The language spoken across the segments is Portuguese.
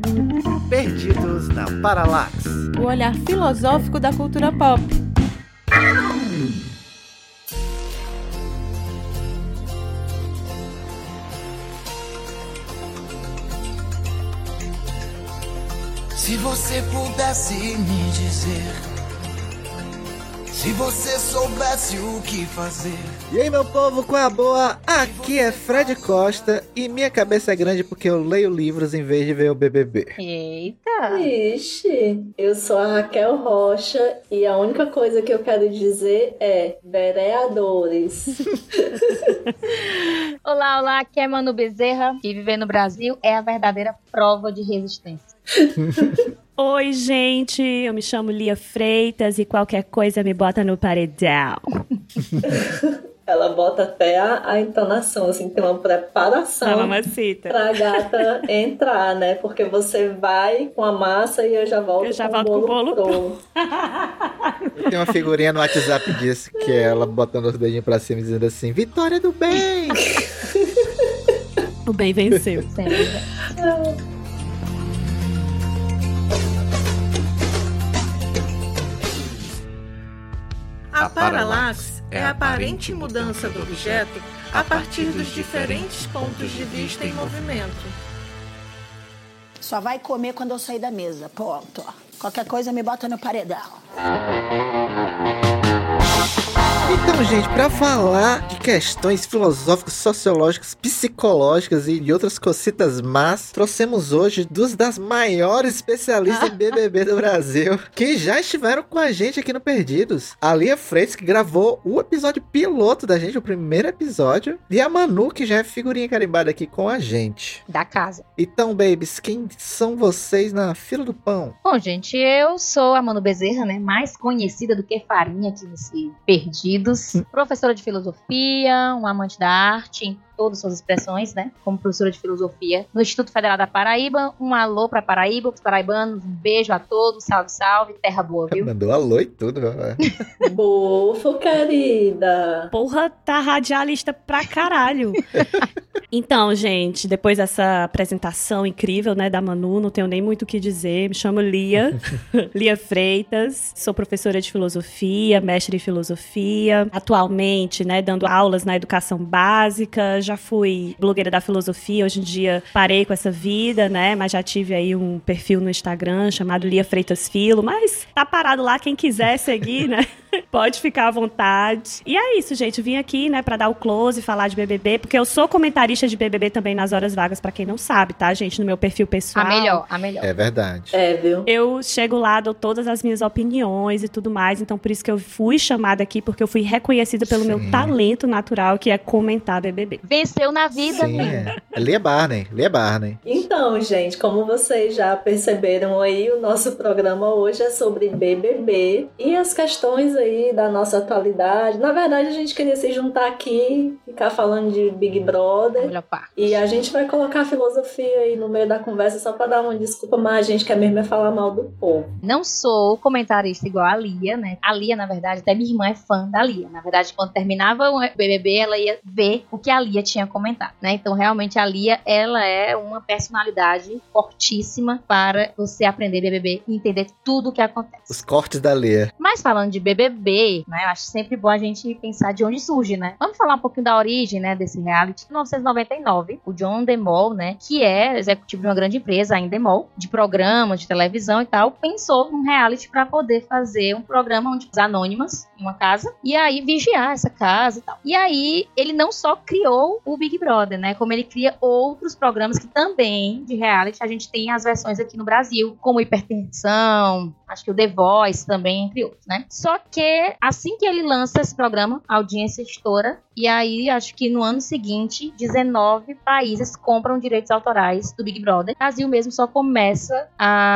Perdidos na Paralax. O olhar filosófico da cultura pop. Se você pudesse me dizer, se você soubesse o que fazer. E aí, meu povo, qual é a boa? Aqui é Fred Costa e minha cabeça é grande porque eu leio livros em vez de ver o BBB. Eita! Ixi, eu sou a Raquel Rocha e a única coisa que eu quero dizer é vereadores. Olá, olá, aqui é Manu Bezerra e viver no Brasil é a verdadeira prova de resistência. Oi, gente, eu me chamo Lia Freitas e qualquer coisa me bota no paredão. Ela bota até a entonação, assim, tem uma preparação pra gata entrar, né? Porque você vai com a massa e eu já volto com o bolo pronto. Tem uma figurinha no WhatsApp disso, que é ela botando os dedinhos pra cima e dizendo assim, vitória do bem! O bem venceu. Sempre. A paralaxe é a aparente mudança do objeto a partir dos diferentes pontos de vista em movimento. Só vai comer quando eu sair da mesa, ponto. Qualquer coisa me bota no paredão. Então, gente, para falar de questões filosóficas, sociológicas, psicológicas e de outras cositas más, trouxemos hoje duas das maiores especialistas em BBB do Brasil, que já estiveram com a gente aqui no Perdidos. A Lia Freitas, que gravou o episódio piloto da gente, o primeiro episódio, e a Manu, que já é figurinha carimbada aqui com a gente. Da casa. Então, babies, quem são vocês na fila do pão? Bom, gente, eu sou a Manu Bezerra, né? Mais conhecida do que Farinha aqui nesse Perdidos. Professora de filosofia, um amante da arte em todas as suas expressões, né? Como professora de filosofia no Instituto Federal da Paraíba. Um alô pra Paraíba, pros paraibanos. Um beijo a todos. Salve, salve. Terra boa, viu? Mandou alô e tudo, velho. Bufo, querida. Porra, tá radialista pra caralho. Então, gente, depois dessa apresentação incrível, né, da Manu, não tenho nem muito o que dizer. Me chamo Lia, Lia Freitas, sou professora de filosofia, mestre em filosofia, atualmente, né, dando aulas na educação básica, já fui blogueira da filosofia, hoje em dia parei com essa vida, né, mas já tive aí um perfil no Instagram chamado Lia Freitas Filo, mas tá parado lá, quem quiser seguir, né, pode ficar à vontade. E é isso, gente, vim aqui, né, pra dar o close, falar de BBB, porque eu sou comentarista de BBB também nas horas vagas, pra quem não sabe, tá, gente? No meu perfil pessoal. A melhor. É verdade. É, viu? Eu chego lá, dou todas as minhas opiniões e tudo mais, então por isso que eu fui chamada aqui, porque eu fui reconhecida pelo meu talento natural, que é comentar BBB. Venceu na vida, Sim, filho. é Lia Barney. Então, gente, como vocês já perceberam aí, o nosso programa hoje é sobre BBB e as questões aí da nossa atualidade. Na verdade, a gente queria se juntar aqui, ficar falando de Big Brother. Melhor parte. E a gente vai colocar a filosofia aí no meio da conversa só pra dar uma desculpa, mas a gente quer mesmo é falar mal do povo. Não sou comentarista igual a Lia, né? A Lia, na verdade, até minha irmã é fã da Lia. Na verdade, quando terminava o BBB, ela ia ver o que a Lia tinha comentado, né? Então, realmente, a Lia, ela é uma personalidade fortíssima para você aprender BBB e entender tudo o que acontece. Os cortes da Lia. Mas falando de BBB, né? Eu acho sempre bom a gente pensar de onde surge, né? Vamos falar um pouquinho da origem, né, desse reality. Em 1999, o John DeMol, né, que é executivo de uma grande empresa, a Endemol, de programas, de televisão e tal, pensou num reality para poder fazer um programa onde os anônimas em uma casa e aí vigiar essa casa e tal. E aí ele não só criou o Big Brother, né, como ele cria outros programas que também de reality a gente tem as versões aqui no Brasil, como Hipertensão, acho que o The Voice também, entre outros, né? Só que assim que ele lança esse programa, a audiência estoura e aí acho que no ano seguinte 19 países compram direitos autorais do Big Brother. O Brasil mesmo só começa a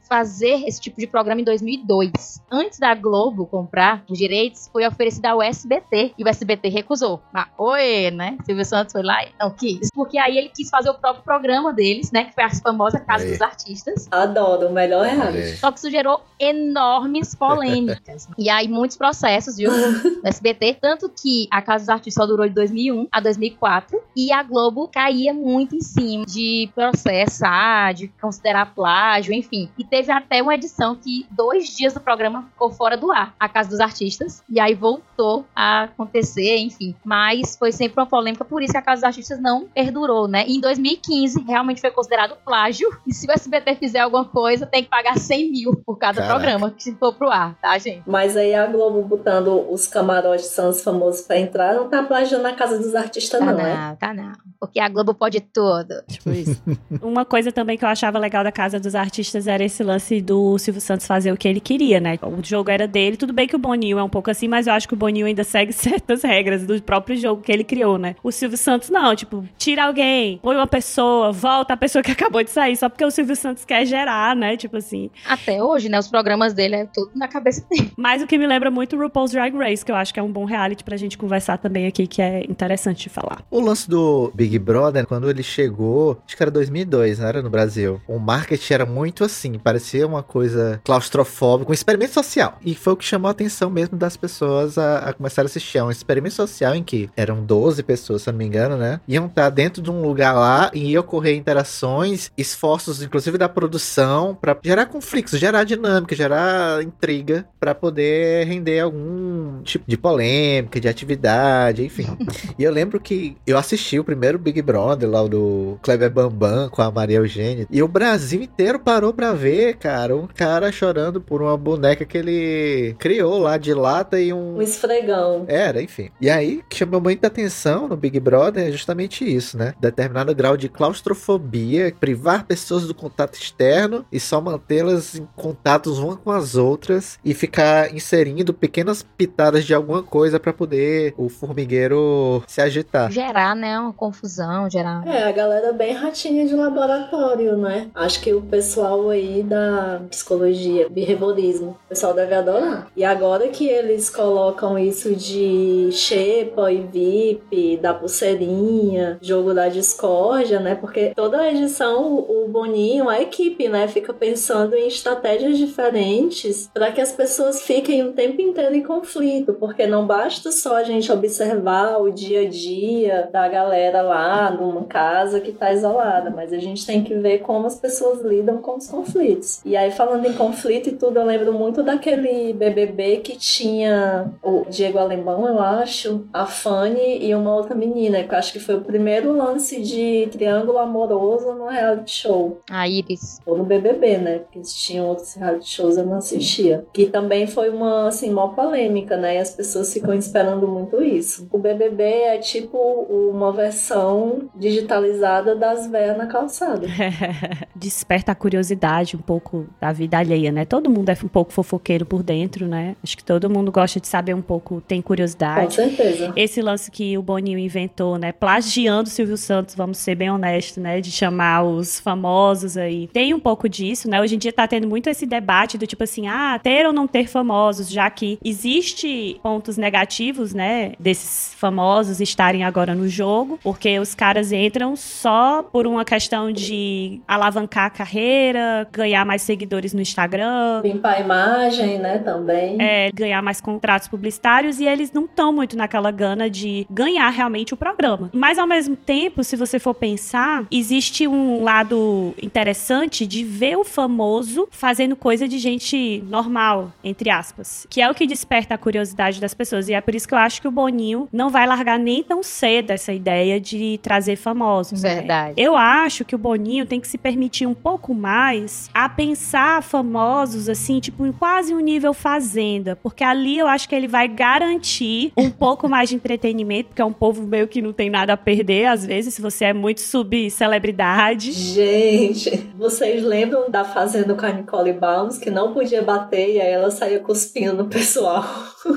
fazer esse tipo de programa em 2002. Antes da Globo comprar os direitos, foi oferecido ao SBT, e o SBT recusou. Mas, né? Silvio Santos foi lá e não quis. Porque aí ele quis fazer o próprio programa deles, né? Que foi a famosa Casa dos Artistas. Adoro, o melhor reality. Só que isso gerou enormes polêmicas. E aí, muitos processos, viu? No SBT. Tanto que a Casa dos Artistas só durou de 2001 a 2004. E a Globo caía muito em cima de processar, de considerar plágio, enfim. E teve até uma edição que 2 dias do programa ficou fora do ar, a Casa dos Artistas. E aí voltou a acontecer, enfim. Mas foi sempre uma polêmica, por isso que a Casa dos Artistas não perdurou, né? E em 2015, realmente foi considerado plágio. E se o SBT fizer alguma coisa, tem que pagar 100 mil por cada programa que for pro ar, tá, gente? Mas aí a Globo botando os camarotes são os famosos pra entrar, não tá plagiando a Casa dos Artistas, não, né? Tá não. Porque a Globo pode tudo. Tipo isso. Uma coisa também que eu achava legal da Casa dos Artistas era esse lance do Silvio Santos fazer o que ele queria, né? O jogo era dele. Tudo bem que o Boninho é um pouco assim, mas eu acho que o Boninho ainda segue certas regras do próprio jogo que ele criou, né? O Silvio Santos não, tipo, tira alguém, põe uma pessoa, volta a pessoa que acabou de sair, só porque o Silvio Santos quer gerar, né? Tipo assim. Até hoje, né? Os programas dele é tudo na cabeça dele. Mas o que me lembra muito o RuPaul's Drag Race, que eu acho que é um bom reality pra gente conversar também aqui, que é interessante de falar. O lance do Big Brother, quando ele chegou, acho que era 2002, não era, no Brasil. O marketing era muito assim, parecia uma coisa claustrofóbica, um experimento social. E foi o que chamou a atenção mesmo das pessoas a começar a assistir. É um experimento social em que eram 12 pessoas, se eu não me engano, né? Iam estar dentro de um lugar lá e ia ocorrer interações, esforços, inclusive da produção, pra gerar conflitos, gerar dinâmica, gerar intriga, pra poder render algum tipo de polêmica, de atividade, enfim. E eu lembro que eu assisti o primeiro Big Brother, lá o do Kleber Bambam com a Maria Eugênia, e o Brasil inteiro parou pra ver, cara, um cara chorando por uma boneca que ele criou lá de lata e um esfregão. Era, enfim. E aí, que chamou muita atenção no Big Brother é justamente isso, né? Determinado grau de claustrofobia, privar pessoas do contato externo e só mantê-las em contatos umas com as outras e ficar inserindo pequenas pitadas de alguma coisa pra poder o formigueiro se agitar. Gerar, né? Uma confusão, gerar... A galera bem ratinha de laboratório, né? Acho que o pessoal aí da psicologia, behaviorismo, o pessoal deve adorar. E agora que eles colocam isso de xepa e VIP, da pulseirinha, jogo da discórdia, né? Porque toda edição o Boninho, a equipe, né? Fica pensando em estratégias diferentes para que as pessoas fiquem o tempo inteiro em conflito, porque não basta só a gente observar o dia a dia da galera lá numa casa que tá isolada, mas a gente tem que ver como as pessoas lidam com os conflitos. E aí, falando em conflito e tudo, eu lembro muito daquele BBB que tinha o Diego Alemão, eu acho, a Fanny e uma outra menina, que eu acho que foi o primeiro lance de triângulo amoroso no reality show. A Iris. Ou no BBB, né? Porque existiam outros reality shows, eu não assistia. Que também foi uma, assim, mó polêmica, né? E as pessoas ficam esperando muito isso. O BBB é tipo uma versão digitalizada das véias na calçada. Desperta a curiosidade um pouco da vida alheia, né? Todo mundo é um pouco fofoqueiro por dentro, né? Acho que todo mundo gosta de saber um pouco, tem curiosidade. Com certeza. Esse lance que o Boninho inventou, né? Plagiando o Silvio Santos, vamos ser bem honestos, né? De chamar os famosos aí. Tem um pouco disso, né? Hoje em dia tá tendo muito esse debate do tipo assim, ter ou não ter famosos, já que existe pontos negativos, né? Desses famosos estarem agora no jogo, porque os caras entram só por uma questão de alavancar a carreira, ganhar mais seguidores no Instagram. Limpar a imagem, né, também. Ganhar mais contratos publicitários, e eles não estão muito naquela gana de ganhar realmente o programa. Mas, ao mesmo tempo, se você for pensar, existe um lado interessante de ver o famoso fazendo coisa de gente normal, entre aspas, que é o que desperta a curiosidade das pessoas. E é por isso que eu acho que o Boninho não vai largar nem tão cedo essa ideia de trazer famosos. Verdade. Eu acho que o Boninho tem que se permitir um pouco mais a pensar famosos, assim, tipo, em quase um nível Fazenda, porque ali eu acho que ele vai garantir um pouco mais de entretenimento, porque é um povo meio que não tem nada a perder, às vezes, se você é muito subcelebridade. Gente, vocês lembram da Fazenda com a Nicole Balmes, que não podia bater e aí ela saía cuspindo no pessoal? Eu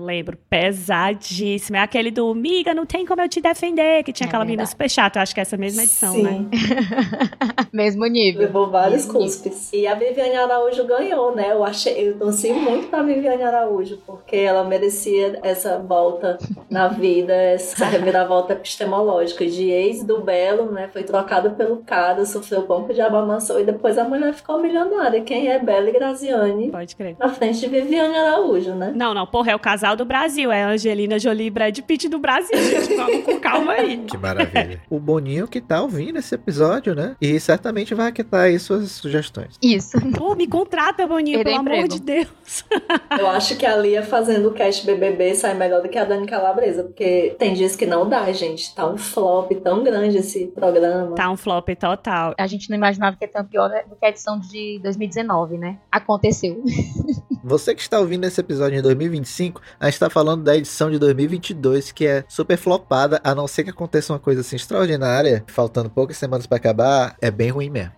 Lembro, pesadíssimo. É aquele do Miga, não tem como eu te defender, que tinha aquela menina super chata. Eu acho que é essa mesma edição, Sim. né? Mesmo nível. Levou vários cuspes. E a Viviane Araújo ganhou, né? Eu torci muito pra Viviane Araújo, porque ela merecia essa volta na vida, essa reviravolta epistemológica de ex do Belo, né? Foi trocado pelo cara, sofreu bom que o diabo amassou, e depois a mulher ficou milionária. Quem é Bela e Graziani? Pode crer. Na frente de Viviane Araújo, né? Não, porra, é o casal do Brasil. É a Angelina Jolie e Brad Pitt do Brasil, gente. Vamos com calma aí. Que maravilha. O Boninho que tá ouvindo esse episódio, né? E certamente vai aquitar aí suas sugestões. Isso. Pô, me contrata, Boninho, pelo amor de Deus. Eu acho que a Lia fazendo o cast BBB sai melhor do que a Dani Calabresa, porque tem dias que não dá, gente. Tá um flop tão grande esse programa. Tá um flop total. A gente não imaginava que ia tão pior do que a edição de 2019, né? Aconteceu. Você que está ouvindo esse episódio em 2025, a gente tá falando da edição de 2022, que é super flopada, a não ser que aconteça uma coisa assim extraordinária, faltando poucas semanas pra acabar, é bem ruim mesmo.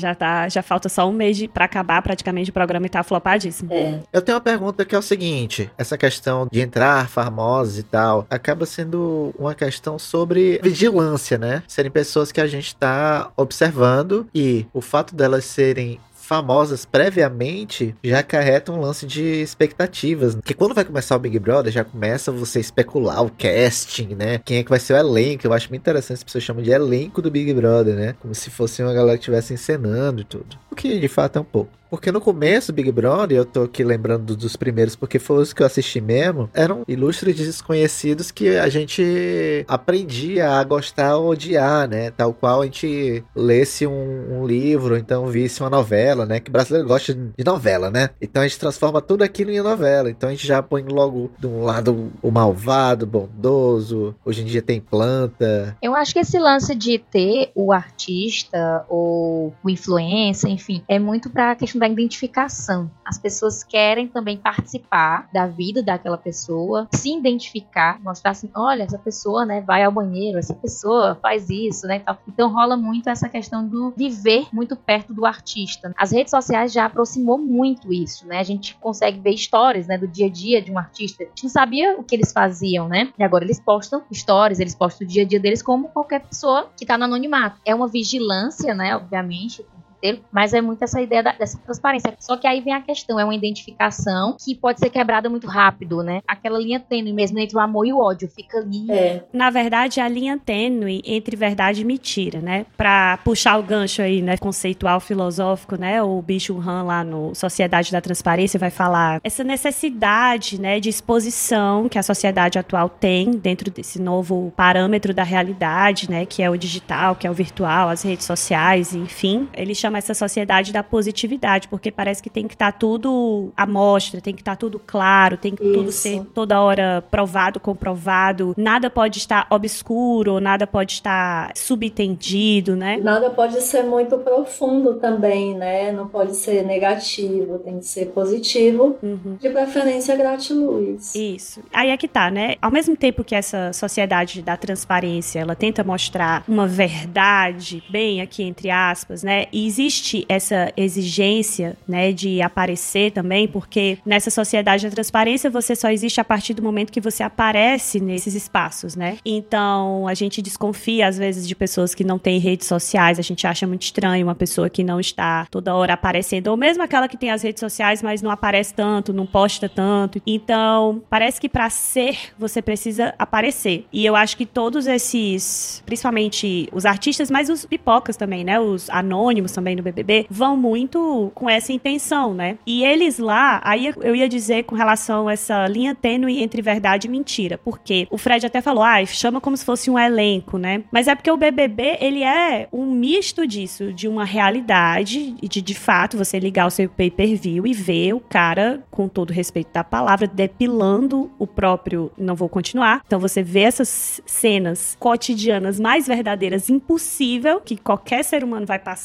Já falta só um mês pra acabar praticamente o programa e tá flopadíssimo. Eu tenho uma pergunta que é o seguinte, essa questão de entrar famosos e tal, acaba sendo uma questão sobre vigilância, né? Serem pessoas que a gente tá observando e o fato delas serem famosas previamente já acarreta um lance de expectativas. Porque quando vai começar o Big Brother, já começa você especular o casting, né? Quem é que vai ser o elenco. Eu acho muito interessante, as pessoas chamam de elenco do Big Brother, né? Como se fosse uma galera que estivesse encenando e tudo. O que de fato é um pouco. Porque no começo do Big Brother, eu tô aqui lembrando dos primeiros, porque foi os que eu assisti mesmo, eram ilustres desconhecidos que a gente aprendia a gostar ou odiar, né? Tal qual a gente lesse um livro, então visse uma novela, né? Que o brasileiro gosta de novela, né? Então a gente transforma tudo aquilo em novela. Então a gente já põe logo de um lado o malvado, o bondoso. Hoje em dia tem planta. Eu acho que esse lance de ter o artista ou o influencer, enfim, é muito pra questão da identificação. As pessoas querem também participar da vida daquela pessoa, se identificar, mostrar assim, olha, essa pessoa, né, vai ao banheiro, essa pessoa faz isso, né, tal. Então rola muito essa questão do viver muito perto do artista. As redes sociais já aproximou muito isso, né, a gente consegue ver histórias, né, do dia a dia de um artista. A gente não sabia o que eles faziam, né, e agora eles postam histórias, eles postam o dia a dia deles como qualquer pessoa que tá no anonimato. É uma vigilância, né, obviamente, mas é muito essa ideia dessa transparência. Só que aí vem a questão, é uma identificação que pode ser quebrada muito rápido, né? Aquela linha tênue mesmo entre o amor e o ódio, fica ali. Na verdade, a linha tênue entre verdade e mentira, né? Pra puxar o gancho aí, né, conceitual, filosófico, né? O Byung-Chul Han lá no Sociedade da Transparência vai falar essa necessidade, né, de exposição que a sociedade atual tem dentro desse novo parâmetro da realidade, né, que é o digital, que é o virtual, as redes sociais, enfim. Ele chama essa sociedade da positividade, porque parece que tem que estar tudo à mostra, tem que estar tudo claro, tem que tudo ser toda hora provado, comprovado, nada pode estar obscuro, nada pode estar subentendido, né? Nada pode ser muito profundo também, né? Não pode ser negativo, tem que ser positivo, de preferência gratiluz. Isso. Aí é que tá, né? Ao mesmo tempo que essa sociedade da transparência, ela tenta mostrar uma verdade, bem aqui entre aspas, né? E existe essa exigência, né, de aparecer também, porque nessa sociedade da transparência você só existe a partir do momento que você aparece nesses espaços, né? Então, a gente desconfia, às vezes, de pessoas que não têm redes sociais, a gente acha muito estranho uma pessoa que não está toda hora aparecendo, ou mesmo aquela que tem as redes sociais, mas não aparece tanto, não posta tanto. Então, parece que para ser, você precisa aparecer. E eu acho que todos esses, principalmente os artistas, mas os pipocas também, né? Os anônimos também no BBB, vão muito com essa intenção, né? E eles lá, aí eu ia dizer com relação a essa linha tênue entre verdade e mentira, porque o Fred até falou, chama como se fosse um elenco, né? Mas é porque o BBB, ele é um misto disso, de uma realidade, e de fato, você ligar o seu pay-per-view e ver o cara, com todo o respeito da palavra, depilando o próprio, não vou continuar. Então você vê essas cenas cotidianas mais verdadeiras, impossível que qualquer ser humano vai passar por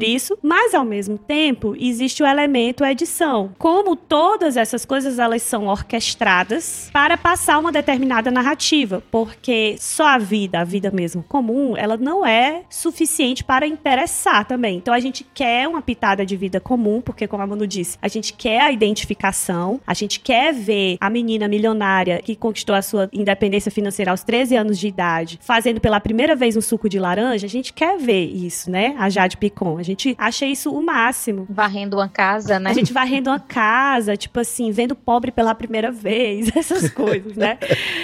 isso, mas ao mesmo tempo existe o elemento edição. Como todas essas coisas, elas são orquestradas para passar uma determinada narrativa, porque só a vida mesmo comum, ela não é suficiente para interessar também. Então a gente quer uma pitada de vida comum, porque como a Manu disse, a gente quer a identificação, a gente quer ver a menina milionária que conquistou a sua independência financeira aos 13 anos de idade, fazendo pela primeira vez um suco de laranja, a gente quer ver isso, né? A Jade Picon. A gente acha isso o máximo. Varrendo uma casa, né? A gente varrendo uma casa, tipo assim, vendo pobre pela primeira vez, essas coisas, né?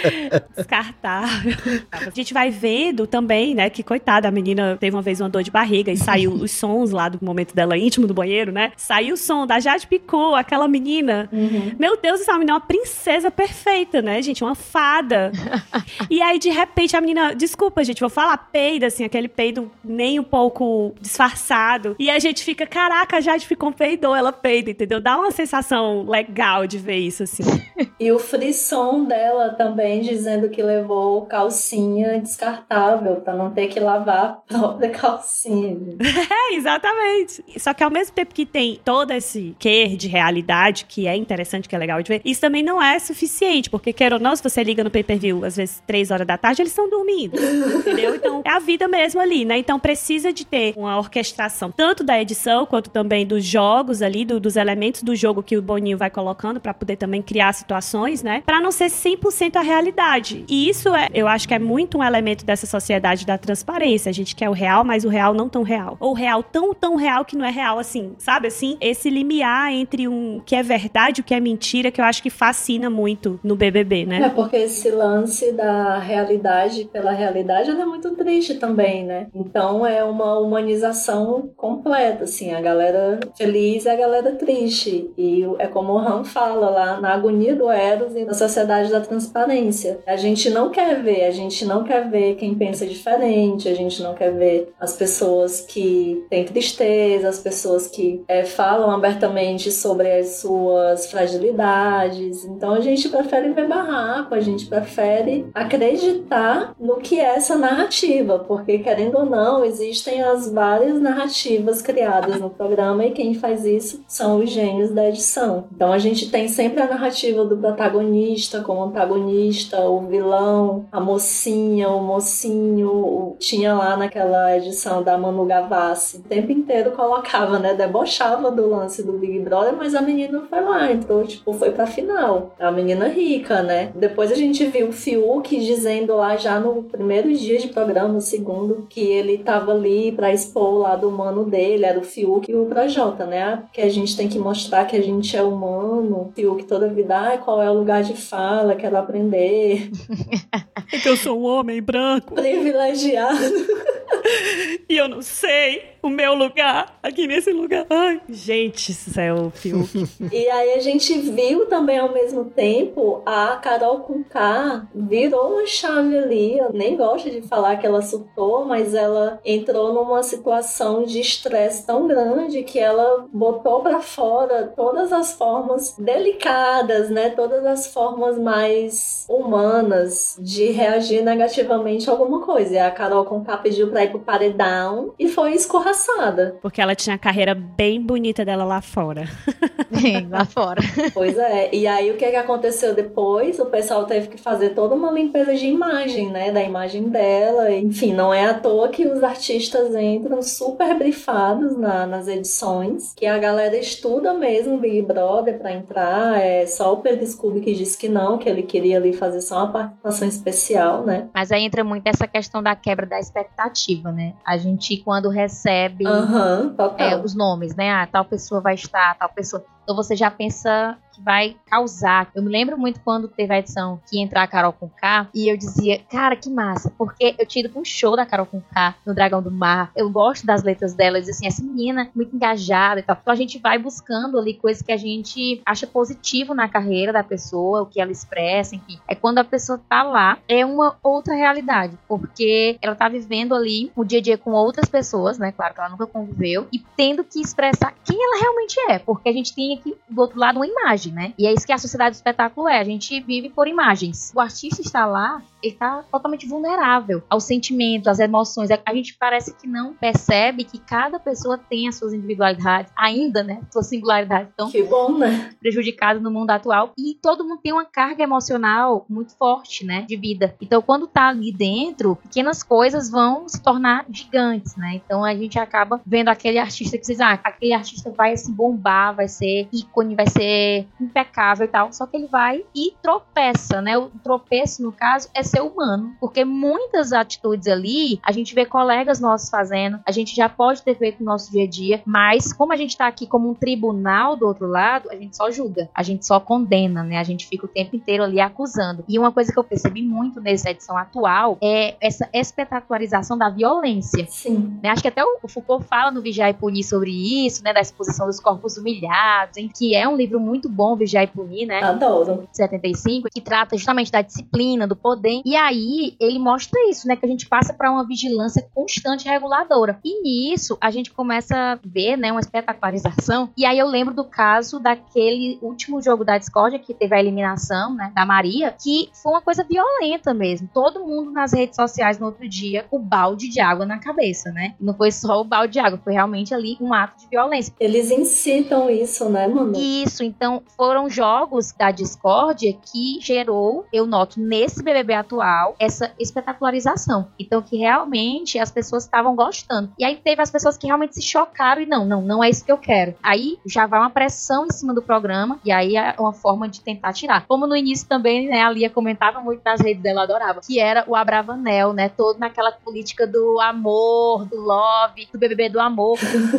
Descartável. A gente vai vendo também, né, que coitada, a menina teve uma vez uma dor de barriga e saiu os sons lá do momento dela íntimo do banheiro, né? Saiu o som da Jade Picon, aquela menina. Meu Deus, essa menina é uma princesa perfeita, né, gente? Uma fada. E aí, de repente, a menina, desculpa, gente, vou falar, peida, assim, aquele peido nem um pouco disfarçado. E a gente fica, caraca, a Jade Picon peidou, ela peida, entendeu? Dá uma sensação legal de ver isso, assim. E o frisson dela também, dizendo que levou calcinha descartável, pra não ter que lavar a própria calcinha. Exatamente. Só que ao mesmo tempo que tem todo esse quê de realidade, que é interessante, que é legal de ver, isso também não é suficiente, porque quer ou não, se você liga no pay-per-view, às vezes 3 horas da tarde, eles estão dormindo, entendeu? Então, é a vida mesmo ali, né? Então, precisa de ter uma orquestração, tanto da edição, quanto também dos jogos ali, dos elementos do jogo que o Boninho vai colocando, pra poder também criar situações, né? Pra não ser 100% a realidade. E isso, eu acho que é muito um elemento dessa sociedade da transparência. A gente quer o real, mas o real não tão real. Ou o real tão real que não é real assim, sabe assim? Esse limiar entre o que é verdade e o que é mentira, que eu acho que fascina muito no BBB, né? É porque esse lance da realidade pela realidade, ela é muito triste também, né? Então é uma humanização completa, assim, a galera feliz e a galera triste. E é como o Han fala lá, na agonia do Eros e na sociedade da transparência. A gente não quer ver quem pensa diferente, a gente não quer ver as pessoas que têm tristeza, as pessoas que falam abertamente sobre as suas fragilidades. Então a gente prefere ver barraco, a gente prefere acreditar no que é essa narrativa, porque querendo ou não, existem as várias narrativas criadas no programa e quem faz isso são os gênios da edição. Então a gente tem sempre a narrativa do protagonista como antagonista, o vilão, a mocinha, o mocinho. Tinha lá naquela edição da Manu Gavassi, o tempo inteiro colocava, né, debochava do lance do Big Brother, mas a menina foi lá, entrou, tipo, foi pra final. A menina rica, né? Depois a gente viu o Fiuk dizendo lá já no primeiro dia de programa, no segundo, que ele tava ali pra expor o lado humano dele, era o Fiuk e o Projota, né? Que a gente tem que mostrar que a gente é humano. O Fiuk toda vida, qual é o lugar de fala, quero aprender. É que eu sou um homem branco. Privilegiado. E eu não sei o meu lugar aqui nesse lugar. Ai, gente, céu, Fiuk. E aí a gente viu também ao mesmo tempo a Carol Conká virou uma chave ali. Eu nem gosto de falar que ela surtou, mas ela entrou numa situação de estresse tão grande que ela botou pra fora todas as formas delicadas, né? Todas as formas mais humanas de reagir negativamente a alguma coisa. E a Carol Conká pediu pra ir pro paredão e foi escorraçada. Porque ela tinha a carreira bem bonita dela lá fora. Lá fora. Pois é. E aí o que aconteceu depois? O pessoal teve que fazer toda uma limpeza de imagem, né? Da imagem dela. Enfim, não é à toa que os artistas entram super brifados nas edições, que a galera estuda mesmo Big Brother pra entrar. É só o Pedro Scooby que disse que não, que ele queria ali fazer só uma participação especial, né? Mas aí entra muito essa questão da quebra da expectativa, né? A gente, quando recebe os nomes, né? Tal pessoa vai estar, tal pessoa. Então você já pensa que vai causar. Eu me lembro muito quando teve a edição que ia entrar a Carol Conká e eu dizia, cara, que massa, porque eu tinha ido pra um show da Carol Conká no Dragão do Mar. Eu gosto das letras dela, eu dizia assim, essa menina muito engajada e tal. Então a gente vai buscando ali coisas que a gente acha positivo na carreira da pessoa, o que ela expressa, enfim. É quando a pessoa tá lá, é uma outra realidade, porque ela tá vivendo ali o dia a dia com outras pessoas, né? Claro que ela nunca conviveu, e tendo que expressar quem ela realmente é, porque a gente tem aqui do outro lado uma imagem. né? E é isso que a sociedade do espetáculo é. A gente vive por imagens. O artista está lá, ele está totalmente vulnerável ao sentimento, às emoções. A gente parece que não percebe que cada pessoa tem as suas individualidades, ainda, né? Suas singularidades tão que bom, né? prejudicadas no mundo atual. E todo mundo tem uma carga emocional muito forte, né? De vida. Então, quando tá ali dentro, pequenas coisas vão se tornar gigantes, né? Então, a gente acaba vendo aquele artista que vocês aquele artista vai se bombar, vai ser ícone, vai ser impecável e tal. Só que ele vai e tropeça, né? O tropeço, no caso, é ser humano. Porque muitas atitudes ali, a gente vê colegas nossos fazendo, a gente já pode ter feito no nosso dia a dia, mas como a gente tá aqui como um tribunal do outro lado, a gente só julga, a gente só condena, né? A gente fica o tempo inteiro ali acusando. E uma coisa que eu percebi muito nessa edição atual é essa espetacularização da violência. Sim. Né? Acho que até o Foucault fala no Vigiar e Punir sobre isso, né? Da exposição dos corpos humilhados, em que é um livro muito bom, Vigiar e Punir, né? Adoro. 75, que trata justamente da disciplina, do poder. E aí, ele mostra isso, né? Que a gente passa para uma vigilância constante e reguladora. E nisso, a gente começa a ver, né? Uma espetacularização. E aí, eu lembro do caso daquele último jogo da discórdia, que teve a eliminação, né? Da Maria, que foi uma coisa violenta mesmo. Todo mundo nas redes sociais no outro dia, o balde de água na cabeça, né? Não foi só o balde de água, foi realmente ali um ato de violência. Eles incitam isso, né, Manu? Isso, então foram jogos da discórdia que gerou, eu noto, nesse BBB atual, essa espetacularização. Então que realmente as pessoas estavam gostando. E aí teve as pessoas que realmente se chocaram e não é isso que eu quero. Aí já vai uma pressão em cima do programa e aí é uma forma de tentar tirar. Como no início também, né, a Lia comentava muito nas redes dela, adorava, que era o Abravanel, né, todo naquela política do amor, do love, do BBB do amor.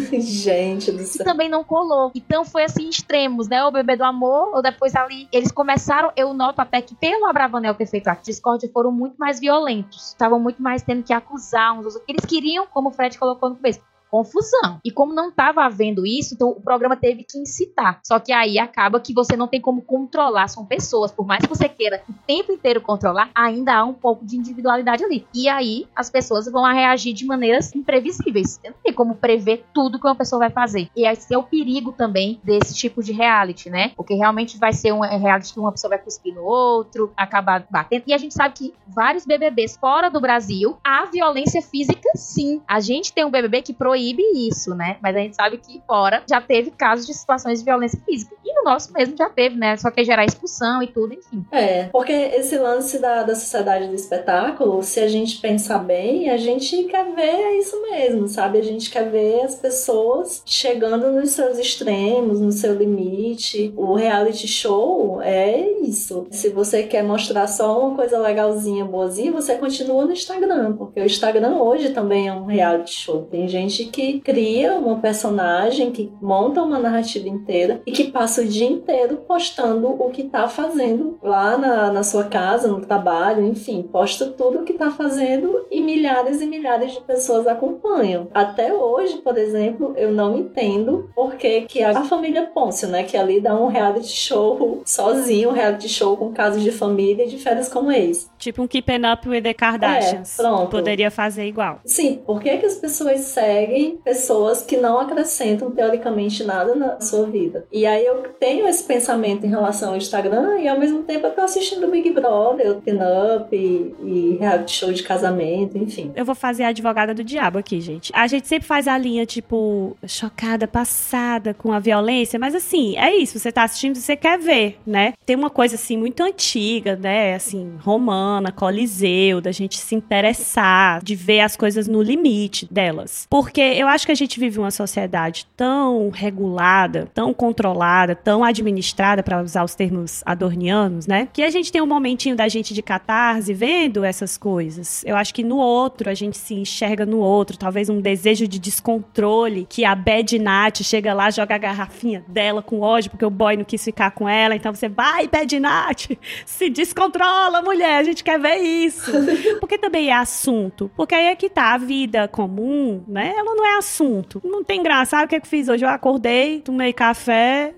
Gente do céu. E também não colou. Então foi assim, extremos, né, o BBB do amor, ou depois ali, eles começaram, eu noto até que pelo Abravanel ter feito a discórdia, foram muito mais violentos, estavam muito mais tendo que acusar uns aos outros. Eles queriam, como o Fred colocou no começo, confusão. E como não estava havendo isso, então o programa teve que incitar. Só que aí acaba que você não tem como controlar, são pessoas. Por mais que você queira o tempo inteiro controlar, ainda há um pouco de individualidade ali. E aí as pessoas vão reagir de maneiras imprevisíveis. Você não tem como prever tudo que uma pessoa vai fazer. E esse é o perigo também desse tipo de reality, né? Porque realmente vai ser um reality que uma pessoa vai cuspir no outro, acabar batendo. E a gente sabe que vários BBBs fora do Brasil, há violência física, sim. A gente tem um BBB que proíbe isso, né? Mas a gente sabe que fora já teve casos de situações de violência física. E no nosso mesmo já teve, né? Só que gerar expulsão e tudo, enfim. É, porque esse lance da sociedade do espetáculo, se a gente pensar bem, a gente quer ver isso mesmo, sabe? A gente quer ver as pessoas chegando nos seus extremos, no seu limite. O reality show é isso. Se você quer mostrar só uma coisa legalzinha, boazinha, você continua no Instagram, porque o Instagram hoje também é um reality show. Tem gente que cria uma personagem, que monta uma narrativa inteira e que passa o dia inteiro postando o que tá fazendo lá na sua casa, no trabalho, enfim, posta tudo o que tá fazendo e milhares de pessoas acompanham. Até hoje, por exemplo, eu não entendo porque que a família Pôncio, né, que ali dá um reality show sozinho, um reality show com casos de família e de férias com ex. Tipo um Keeping Up with the Kardashians. Pronto. Poderia fazer igual. Sim, por que as pessoas seguem pessoas que não acrescentam teoricamente nada na sua vida? E aí eu tenho esse pensamento em relação ao Instagram e ao mesmo tempo eu tô assistindo Big Brother, Pin-Up e reality show de casamento, enfim. Eu vou fazer a advogada do diabo aqui, gente. A gente sempre faz a linha, tipo, chocada, passada com a violência, mas assim, é isso, você tá assistindo, você quer ver, né? Tem uma coisa assim muito antiga, né? Assim, romana, Coliseu, da gente se interessar, de ver as coisas no limite delas. Porque eu acho que a gente vive uma sociedade tão regulada, tão controlada, tão administrada, para usar os termos adornianos, né? Que a gente tem um momentinho da gente de catarse vendo essas coisas. Eu acho que no outro, a gente se enxerga no outro, talvez um desejo de descontrole, que a Bad Nath chega lá, joga a garrafinha dela com ódio, porque o boy não quis ficar com ela, então você vai, Bad Nath, se descontrola, mulher, a gente quer ver isso. Porque também é assunto, porque aí é que tá, a vida comum, né? Ela não é assunto. Não tem graça. Sabe o que eu fiz hoje? Eu acordei, tomei café, escovei o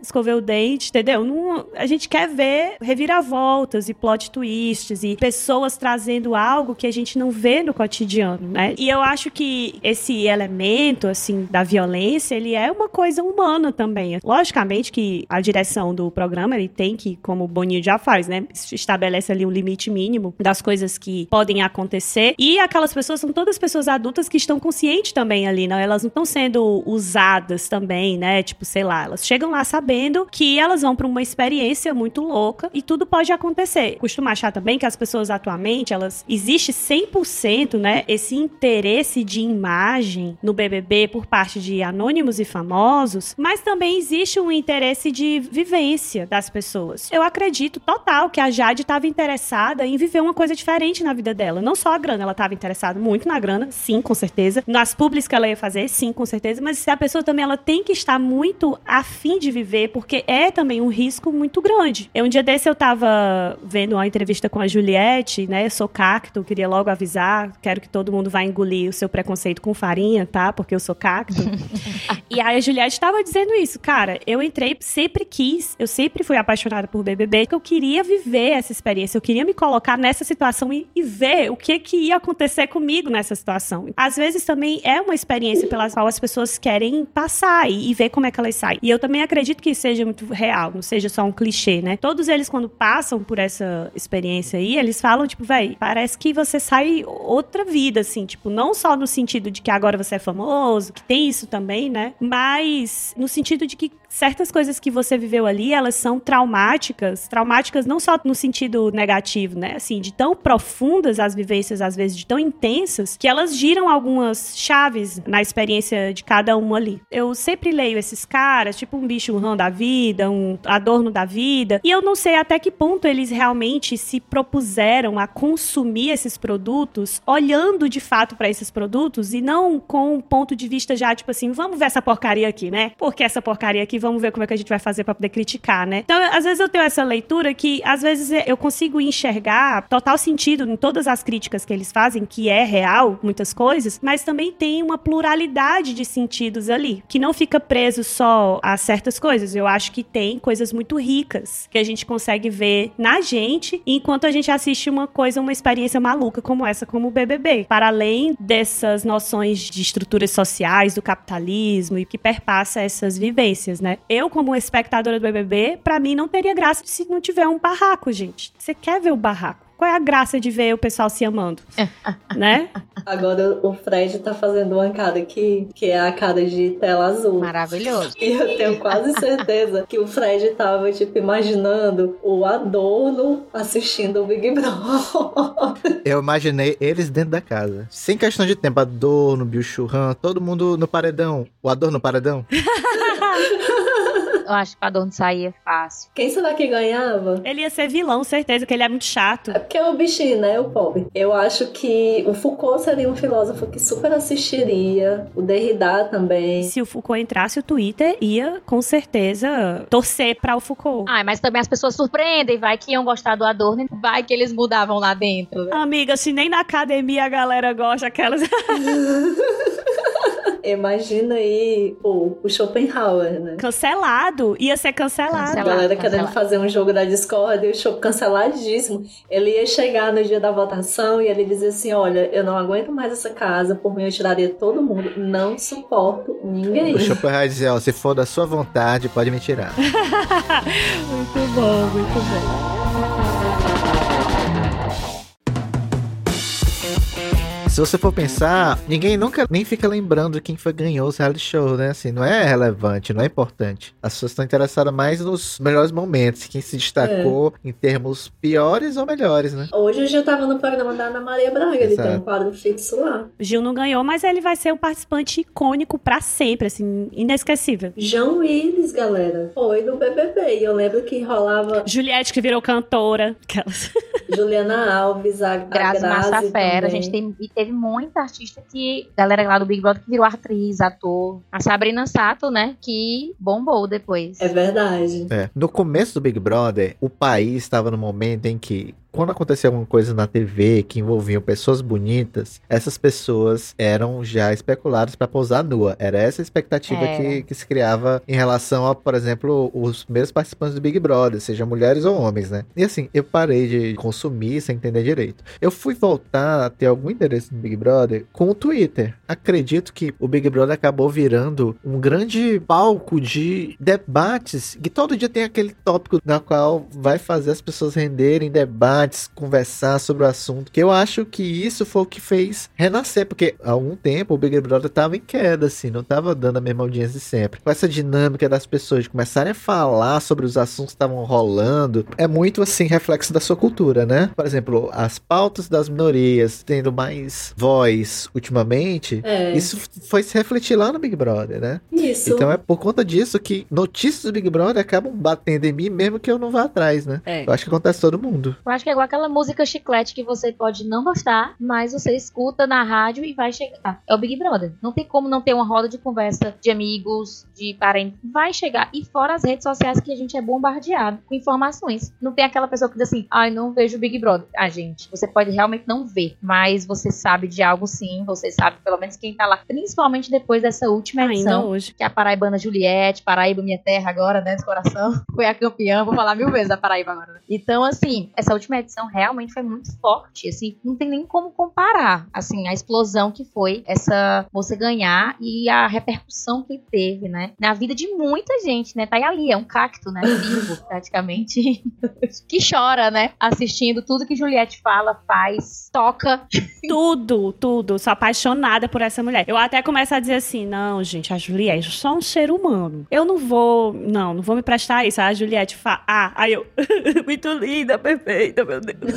dente, entendeu? A gente quer ver reviravoltas e plot twists e pessoas trazendo algo que a gente não vê no cotidiano, né? E eu acho que esse elemento, assim, da violência, ele é uma coisa humana também. Logicamente que a direção do programa, ele tem que, como o Boninho já faz, né? Estabelece ali um limite mínimo das coisas que podem acontecer. E aquelas pessoas são todas pessoas adultas que estão conscientes também ali, né? Elas não estão sendo usadas também, né? Tipo, sei lá, elas chegam lá sabendo que elas vão pra uma experiência muito louca e tudo pode acontecer. Costumo achar também que as pessoas atualmente, existe 100%, né? Esse interesse de imagem no BBB por parte de anônimos e famosos, mas também existe um interesse de vivência das pessoas. Eu acredito total que a Jade estava interessada em viver uma coisa diferente na vida dela. Não só a grana, ela estava interessada muito na grana, sim, com certeza. Nas publis que ela ia fazer, sim, com certeza. Mas a pessoa também, ela tem que estar muito afim de viver, porque é também um risco muito grande. Um dia desse eu tava vendo uma entrevista com a Juliette, né? Eu sou cacto, queria logo avisar, quero que todo mundo vá engolir o seu preconceito com farinha, tá? Porque eu sou cacto. E aí a Juliette tava dizendo isso, cara, eu entrei, eu sempre fui apaixonada por BBB, porque eu queria viver essa experiência, eu queria me colocar nessa situação e ver o que ia acontecer comigo nessa situação. Às vezes também é uma experiência pela qual as pessoas querem passar e ver como é que elas saem. E eu também acredito que seja muito real, não seja só um clichê, né? Todos eles, quando passam por essa experiência aí, eles falam, tipo, véi, parece que você sai outra vida, assim, tipo, não só no sentido de que agora você é famoso, que tem isso também, né? Mas no sentido de que certas coisas que você viveu ali, elas são traumáticas não só no sentido negativo, né? Assim, de tão profundas as vivências, às vezes, de tão intensas, que elas giram algumas chaves na experiência de cada um ali. Eu sempre leio esses caras, tipo um bicho rã da vida, um adorno da vida, e eu não sei até que ponto eles realmente se propuseram a consumir esses produtos, olhando de fato pra esses produtos, e não com um ponto de vista já, tipo assim, vamos ver essa porcaria aqui, né? Porque essa porcaria aqui, vamos ver como é que a gente vai fazer pra poder criticar, né? Então, às vezes eu tenho essa leitura que, às vezes, eu consigo enxergar total sentido em todas as críticas que eles fazem, que é real, muitas coisas, mas também tem uma pluralidade de sentidos ali, que não fica preso só a certas coisas. Eu acho que tem coisas muito ricas que a gente consegue ver na gente, enquanto a gente assiste uma experiência maluca como essa, como o BBB. Para além dessas noções de estruturas sociais, do capitalismo, e que perpassa essas vivências, né? Eu, como espectadora do BBB, pra mim não teria graça se não tiver um barraco, gente. Você quer ver o barraco? Qual é a graça de ver o pessoal se amando? Né? Agora o Fred tá fazendo uma cara aqui, que é a cara de tela azul. Maravilhoso. E eu tenho quase certeza que o Fred tava, tipo, imaginando o Adorno assistindo o Big Brother. Eu imaginei eles dentro da casa. Sem questão de tempo. Adorno, Bill Churran, todo mundo no paredão. O Adorno no paredão. Eu acho que o Adorno saía fácil. Quem será que ganhava? Ele ia ser vilão, certeza, que ele é muito chato. É porque é o bichinho, né? O pobre. Eu acho que o Foucault seria um filósofo que super assistiria. O Derrida também. Se o Foucault entrasse, o Twitter ia, com certeza, torcer pra o Foucault. Mas também as pessoas surpreendem. Vai que iam gostar do Adorno, vai que eles mudavam lá dentro. Amiga, se nem na academia a galera gosta, aquelas... Imagina aí o Schopenhauer, né? Cancelado. Ia ser cancelado. A galera querendo fazer um jogo da Discord e o show canceladíssimo. Ele ia chegar no dia da votação e ele dizia assim, olha, eu não aguento mais essa casa, por mim eu tiraria todo mundo, não suporto ninguém. O Schopenhauer ia dizer, se for da sua vontade, pode me tirar. Muito bom, muito bom. Se você for pensar, ninguém nunca nem fica lembrando quem foi que ganhou os reality show, né? Assim, não é relevante, não é importante. As pessoas estão interessadas mais nos melhores momentos, quem se destacou em termos piores ou melhores, né? Hoje eu já tava no programa da Ana Maria Braga, ele tem um quadro fixo lá. Gil não ganhou, mas ele vai ser um participante icônico pra sempre, assim, inesquecível. João Willis, galera, foi do BBB, e eu lembro que rolava... Juliette, que virou cantora. Juliana Alves, a Grazi Massafera, a gente teve muita artista que, galera lá do Big Brother, que virou atriz, ator. A Sabrina Sato, né, que bombou depois. É verdade. No começo do Big Brother, o país estava no momento em que quando acontecia alguma coisa na TV que envolviam pessoas bonitas, essas pessoas eram já especuladas para pousar nua. Era essa a expectativa que se criava em relação a, por exemplo, os primeiros participantes do Big Brother, seja mulheres ou homens, né? E assim, eu parei de consumir sem entender direito. Eu fui voltar a ter algum interesse no Big Brother com o Twitter. Acredito que o Big Brother acabou virando um grande palco de debates, que todo dia tem aquele tópico na qual vai fazer as pessoas renderem debates, conversar sobre o assunto, que eu acho que isso foi o que fez renascer, porque há algum tempo o Big Brother tava em queda, assim, não tava dando a mesma audiência de sempre. Com essa dinâmica das pessoas de começarem a falar sobre os assuntos que estavam rolando, é muito, assim, reflexo da sua cultura, né? Por exemplo, as pautas das minorias tendo mais voz ultimamente, isso foi se refletir lá no Big Brother, né? Isso. Então é por conta disso que notícias do Big Brother acabam batendo em mim, mesmo que eu não vá atrás, né? Eu acho que acontece com todo mundo. Eu acho que é igual aquela música chiclete que você pode não gostar, mas você escuta na rádio e vai chegar. É o Big Brother. Não tem como não ter uma roda de conversa de amigos, de parentes. Vai chegar. E fora as redes sociais que a gente é bombardeado com informações. Não tem aquela pessoa que diz assim, não vejo o Big Brother. Gente, você pode realmente não ver, mas você sabe de algo sim, você sabe pelo menos quem tá lá, principalmente depois dessa última edição, ainda hoje. Que é a paraibana Juliette, Paraíba minha terra agora, né, do coração, foi a campeã, vou falar 1000 vezes da Paraíba agora, né? Então, assim, essa última edição realmente foi muito forte, assim, não tem nem como comparar, assim, a explosão que foi essa você ganhar e a repercussão que teve, né, na vida de muita gente, né, tá aí ali, é um cacto, né, vivo, praticamente, que chora, né, assistindo tudo que Juliette fala, faz, toca. Tudo. Sou apaixonada por essa mulher. Eu até começo a dizer assim, não, gente, a Juliette é só um ser humano. Eu não vou me prestar a isso. A Juliette fala, aí eu, muito linda, perfeita, meu Deus.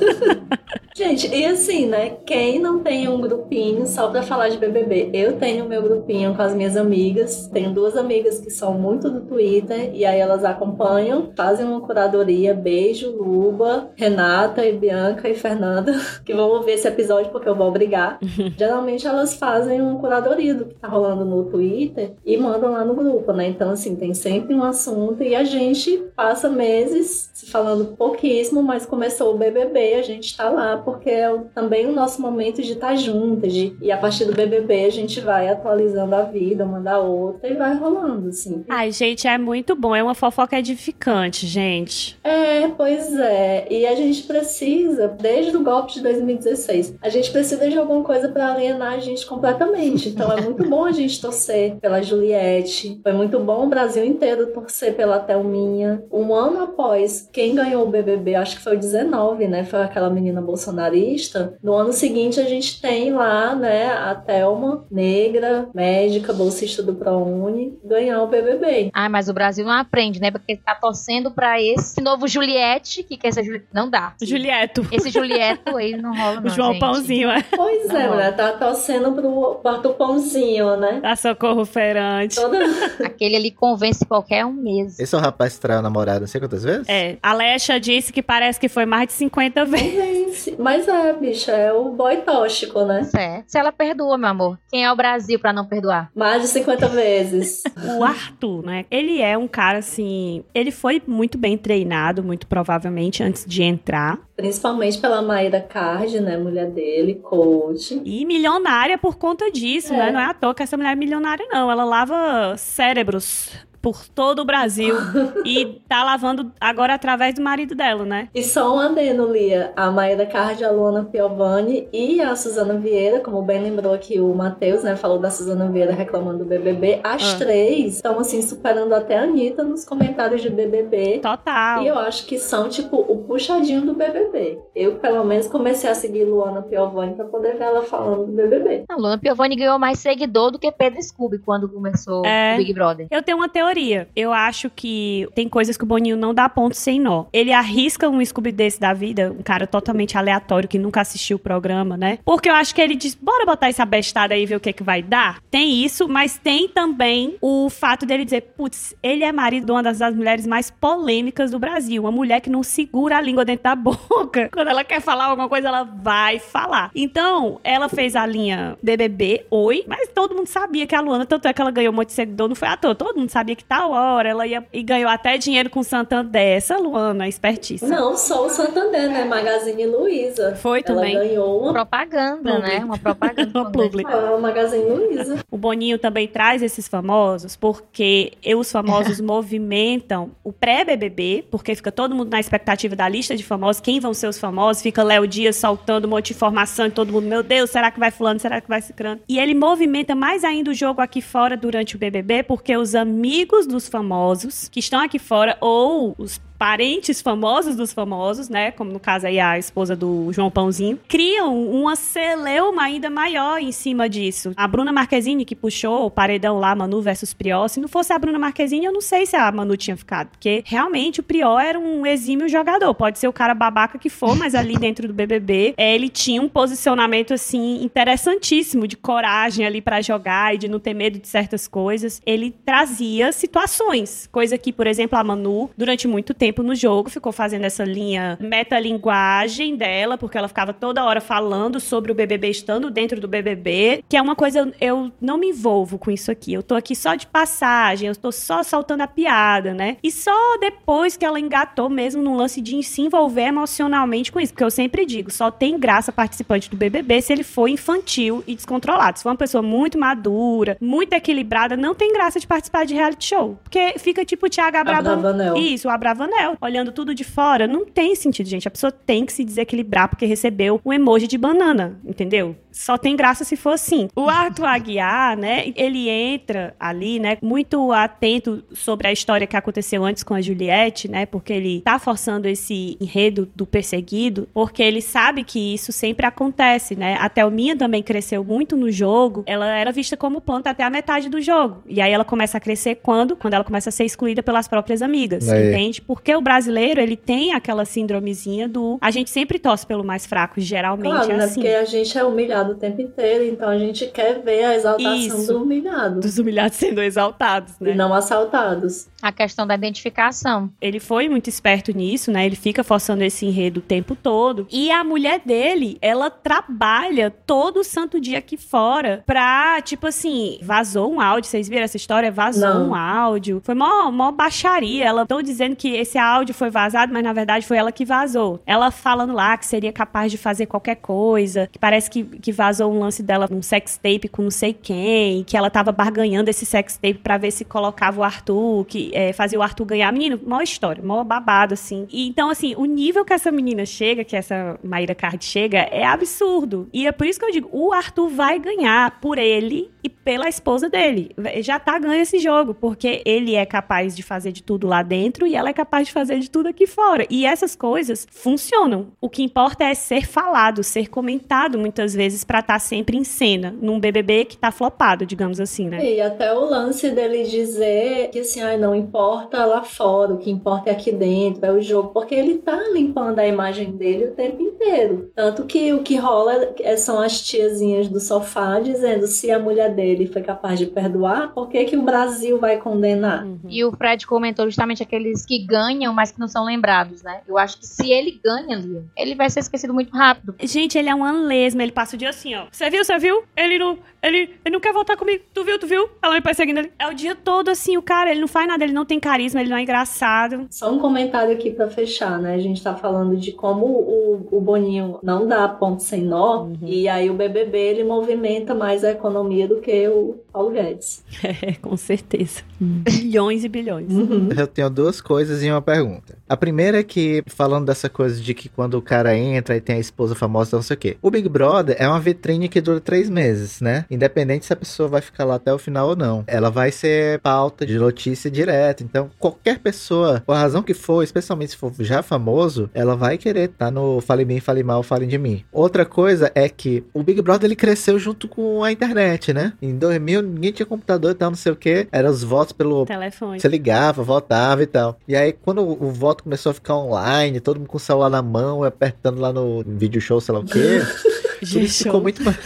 Gente, e assim, né, quem não tem um grupinho só pra falar de BBB? Eu tenho meu grupinho com as minhas amigas, tenho 2 amigas que são muito do Twitter, e aí elas acompanham, fazem uma curadoria, beijo, Luba, Renata e Bianca e Fernanda, que vão ouvir esse episódio porque eu vou obrigar. Geralmente elas fazem uma curadoria do que tá rolando no Twitter e mandam lá no grupo, né? Então, assim, tem sempre um assunto e a gente passa meses se falando pouquíssimo, mas começou o BBB, a gente tá lá porque é também o nosso momento de estar juntas, e a partir do BBB a gente vai atualizando a vida, uma da outra e vai rolando, assim. Ai, gente, é muito bom, é uma fofoca edificante, gente. Pois é, e a gente precisa, desde o golpe de 2016, a gente precisa de alguma coisa pra alienar a gente completamente, então é muito bom a gente torcer pela Juliette, foi muito bom o Brasil inteiro torcer pela Thelminha. Um ano após quem ganhou o BBB, acho que foi o 19, né, foi aquela menina bolsonarista, no ano seguinte a gente tem lá, né, a Thelma, negra, médica, bolsista do ProUni, ganhar o BBB. Mas o Brasil não aprende, né, porque tá torcendo pra esse novo Juliette, que quer ser Juliette, não dá. Julieto. Esse Julieto aí não rola não, o João gente. Pãozinho, Pois é, mulher, tá torcendo pro Arthur Pãozinho, né? A Socorro Ferante. Aquele ali convence qualquer um mesmo. Esse é o rapaz que traiu a namorada não sei quantas vezes? A Lecha disse que parece que foi mais de 50 vezes. Mas bicha, é o boy tóxico, né? Se ela perdoa, meu amor. Quem é o Brasil pra não perdoar? Mais de 50 vezes. O Arthur, né? Ele é um cara, assim... Ele foi muito bem treinado, muito provavelmente, antes de entrar. Principalmente pela Mayra Card, né? Mulher dele, coach. E milionária por conta disso, né? Não é à toa que essa mulher é milionária, não. Ela lava cérebros por todo o Brasil e tá lavando agora através do marido dela, né? E só um adendo, Lia. A Mayra Card, a Luana Piovani e a Suzana Vieira, como bem lembrou aqui o Matheus, né? Falou da Suzana Vieira reclamando do BBB. As 3 estão, assim, superando até a Anitta nos comentários de BBB. Total. E eu acho que são, tipo, o puxadinho do BBB. Eu, pelo menos, comecei a seguir Luana Piovani pra poder ver ela falando do BBB. A Luana Piovani ganhou mais seguidor do que Pedro Scooby quando começou o Big Brother. Eu tenho uma teoria. Eu acho que tem coisas que o Boninho não dá ponto sem nó. Ele arrisca um Scooby desse da vida, um cara totalmente aleatório que nunca assistiu o programa, né? Porque eu acho que ele diz, bora botar essa bestada aí e ver o que vai dar. Tem isso, mas tem também o fato dele dizer, putz, ele é marido de uma das mulheres mais polêmicas do Brasil. Uma mulher que não segura a língua dentro da boca. Quando ela quer falar alguma coisa, ela vai falar. Então, ela fez a linha BBB, mas todo mundo sabia que a Luana, tanto é que ela ganhou um monte de seguidor, não foi à toa. Todo mundo sabia que que tal hora ela ia e ganhou até dinheiro com o Santander. Essa Luana, espertíssima. Não, só o Santander, né? Magazine Luiza. Foi também. Ela ganhou uma propaganda, né? Uma propaganda. Uma publi. O Magazine Luiza. O Boninho também traz esses famosos porque os famosos movimentam o pré-BBB, porque fica todo mundo na expectativa da lista de famosos, quem vão ser os famosos, fica Léo Dias soltando um monte de informação e todo mundo, meu Deus, será que vai fulano, será que vai ciclano? E ele movimenta mais ainda o jogo aqui fora durante o BBB, porque os amigos dos famosos que estão aqui fora, ou os parentes famosos dos famosos, né, como no caso aí a esposa do João Pãozinho, criam uma celeuma ainda maior em cima disso. A Bruna Marquezine que puxou o paredão lá, Manu versus Prior, se não fosse a Bruna Marquezine, eu não sei se a Manu tinha ficado, porque realmente o Prior era um exímio jogador, pode ser o cara babaca que for, mas ali dentro do BBB, ele tinha um posicionamento, assim, interessantíssimo, de coragem ali pra jogar e de não ter medo de certas coisas. Ele trazia situações, coisa que, por exemplo, a Manu, durante muito tempo no jogo, ficou fazendo essa linha metalinguagem dela, porque ela ficava toda hora falando sobre o BBB estando dentro do BBB, que é uma coisa, eu não me envolvo com isso aqui, eu tô aqui só de passagem, eu tô só soltando a piada, né? E só depois que ela engatou mesmo no lance de se envolver emocionalmente com isso, porque eu sempre digo, só tem graça participante do BBB se ele for infantil e descontrolado. Se for uma pessoa muito madura, muito equilibrada, não tem graça de participar de reality show, porque fica tipo o Thiago Abravanel. Isso, o Abravanel, olhando tudo de fora, não tem sentido, gente. A pessoa tem que se desequilibrar porque recebeu um emoji de banana, entendeu? Só tem graça se for assim. O Arthur Aguiar, né, ele entra ali, né, muito atento sobre a história que aconteceu antes com a Juliette, né, porque ele tá forçando esse enredo do perseguido, porque ele sabe que isso sempre acontece, né. A Thelminha também cresceu muito no jogo, ela era vista como planta até a metade do jogo, e aí ela começa a crescer quando ela começa a ser excluída pelas próprias amigas, entende? Porque o brasileiro, ele tem aquela síndromezinha do... A gente sempre torce pelo mais fraco, geralmente claro, é né? assim. Porque a gente é humilhado o tempo inteiro, então a gente quer ver a exaltação do humilhado. Dos humilhados sendo exaltados, né? E não assaltados. A questão da identificação. Ele foi muito esperto nisso, né? Ele fica forçando esse enredo o tempo todo. E a mulher dele, ela trabalha todo santo dia aqui fora pra, tipo assim, vazou um áudio. Vocês viram essa história? Vazou um áudio. Foi mó baixaria. Ela tô dizendo que esse áudio foi vazado, mas na verdade foi ela que vazou. Ela falando lá que seria capaz de fazer qualquer coisa, que parece que vazou um lance dela, um sextape com não sei quem, que ela tava barganhando esse sextape pra ver se colocava o Arthur, que fazia o Arthur ganhar. Menino, mó história, mó babado, assim. E, então, assim, o nível que essa menina chega, que essa Mayra Card chega, é absurdo. E é por isso que eu digo, o Arthur vai ganhar por ele e pela esposa dele. Já tá ganho esse jogo, porque ele é capaz de fazer de tudo lá dentro e ela é capaz de fazer de tudo aqui fora. E essas coisas funcionam. O que importa é ser falado, ser comentado muitas vezes pra estar sempre em cena, num BBB que tá flopado, digamos assim, né? E até o lance dele dizer que assim, não importa lá fora, o que importa é aqui dentro, é o jogo, porque ele tá limpando a imagem dele o tempo inteiro. Tanto que o que rola são as tiazinhas do sofá dizendo se a mulher dele foi capaz de perdoar, por que o Brasil vai condenar? E o Fred comentou justamente aqueles que ganham, mas que não são lembrados, né? Eu acho que se ele ganha, Lia, ele vai ser esquecido muito rápido. Gente, ele é uma lesma, ele passa o dia assim, ó. Você viu? Ele não quer voltar comigo. Tu viu? Ela me perseguindo ali. É o dia todo assim, o cara, ele não faz nada, ele não tem carisma, ele não é engraçado. Só um comentário aqui pra fechar, né? A gente tá falando de como o Boninho não dá ponto sem nó, e aí o BBB, ele movimenta mais a economia do que o Paulo Guedes. É, com certeza. Bilhões e bilhões. Eu tenho duas coisas e uma pergunta. A primeira é que, falando dessa coisa de que quando o cara entra e tem a esposa famosa, não sei o quê. O Big Brother é uma vitrine que dura 3 meses, né? Independente se a pessoa vai ficar lá até o final ou não. Ela vai ser pauta de notícia direta. Então, qualquer pessoa, por a razão que for, especialmente se for já famoso, ela vai querer estar no Fale Bem, Fale Mal, Falem de Mim. Outra coisa é que o Big Brother, ele cresceu junto com a internet, né? Em 2000, ninguém tinha computador e tal, não sei o quê. Eram os votos pelo telefone. Você ligava, votava e tal. E aí, quando o voto começou a ficar online, todo mundo com o celular na mão, apertando lá no video show, sei lá o quê. Isso ficou muito mais...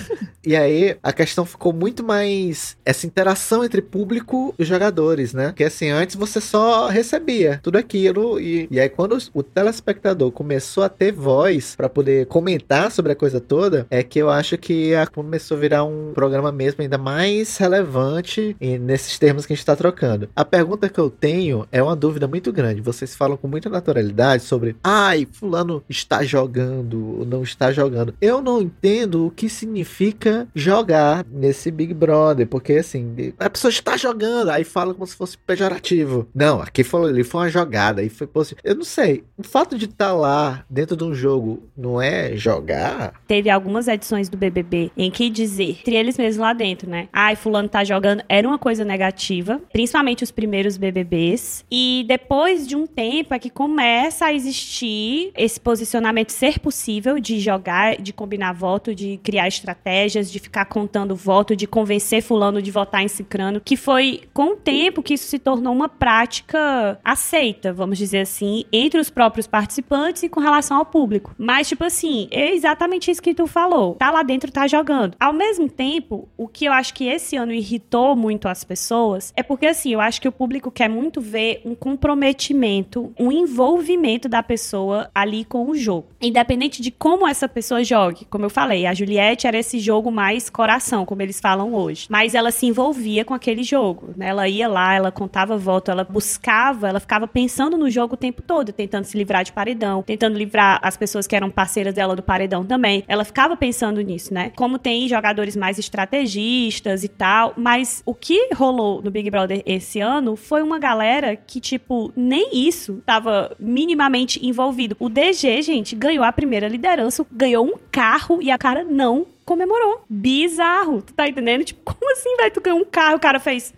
E aí, a questão ficou muito mais essa interação entre público e jogadores, né? Porque assim, antes você só recebia tudo aquilo e aí quando o telespectador começou a ter voz pra poder comentar sobre a coisa toda, é que eu acho que começou a virar um programa mesmo ainda mais relevante nesses termos que a gente tá trocando. A pergunta que eu tenho é uma dúvida muito grande. Vocês falam com muita naturalidade sobre fulano está jogando ou não está jogando. Eu não entendo o que significa jogar nesse Big Brother, porque assim, a pessoa está jogando, aí fala como se fosse pejorativo. Não, aqui foi uma jogada, aí foi positivo. Eu não sei, o fato de estar lá dentro de um jogo não é jogar? Teve algumas edições do BBB em que dizer, entre eles mesmos lá dentro, né? Fulano tá jogando, era uma coisa negativa, principalmente os primeiros BBBs, e depois de um tempo é que começa a existir esse posicionamento ser possível de jogar, de combinar voto, de criar estratégias, de ficar contando voto, de convencer fulano de votar em cicrano, que foi com o tempo que isso se tornou uma prática aceita, vamos dizer assim, entre os próprios participantes e com relação ao público. Mas, tipo assim, é exatamente isso que tu falou. Tá lá dentro, tá jogando. Ao mesmo tempo, o que eu acho que esse ano irritou muito as pessoas é porque, assim, eu acho que o público quer muito ver um comprometimento, um envolvimento da pessoa ali com o jogo. Independente de como essa pessoa jogue. Como eu falei, a Juliette era esse jogo mais coração, como eles falam hoje. Mas ela se envolvia com aquele jogo, né? Ela ia lá, ela contava voto, ela buscava, ela ficava pensando no jogo o tempo todo, tentando se livrar de paredão, tentando livrar as pessoas que eram parceiras dela do paredão também. Ela ficava pensando nisso, né? Como tem jogadores mais estrategistas e tal, mas o que rolou no Big Brother esse ano foi uma galera que, tipo, nem isso tava minimamente envolvido. O DG, gente, ganhou a primeira liderança, ganhou um carro e a cara não comemorou. Bizarro. Tu tá entendendo? Tipo, como assim, velho? Tu ganhou um carro, o cara fez...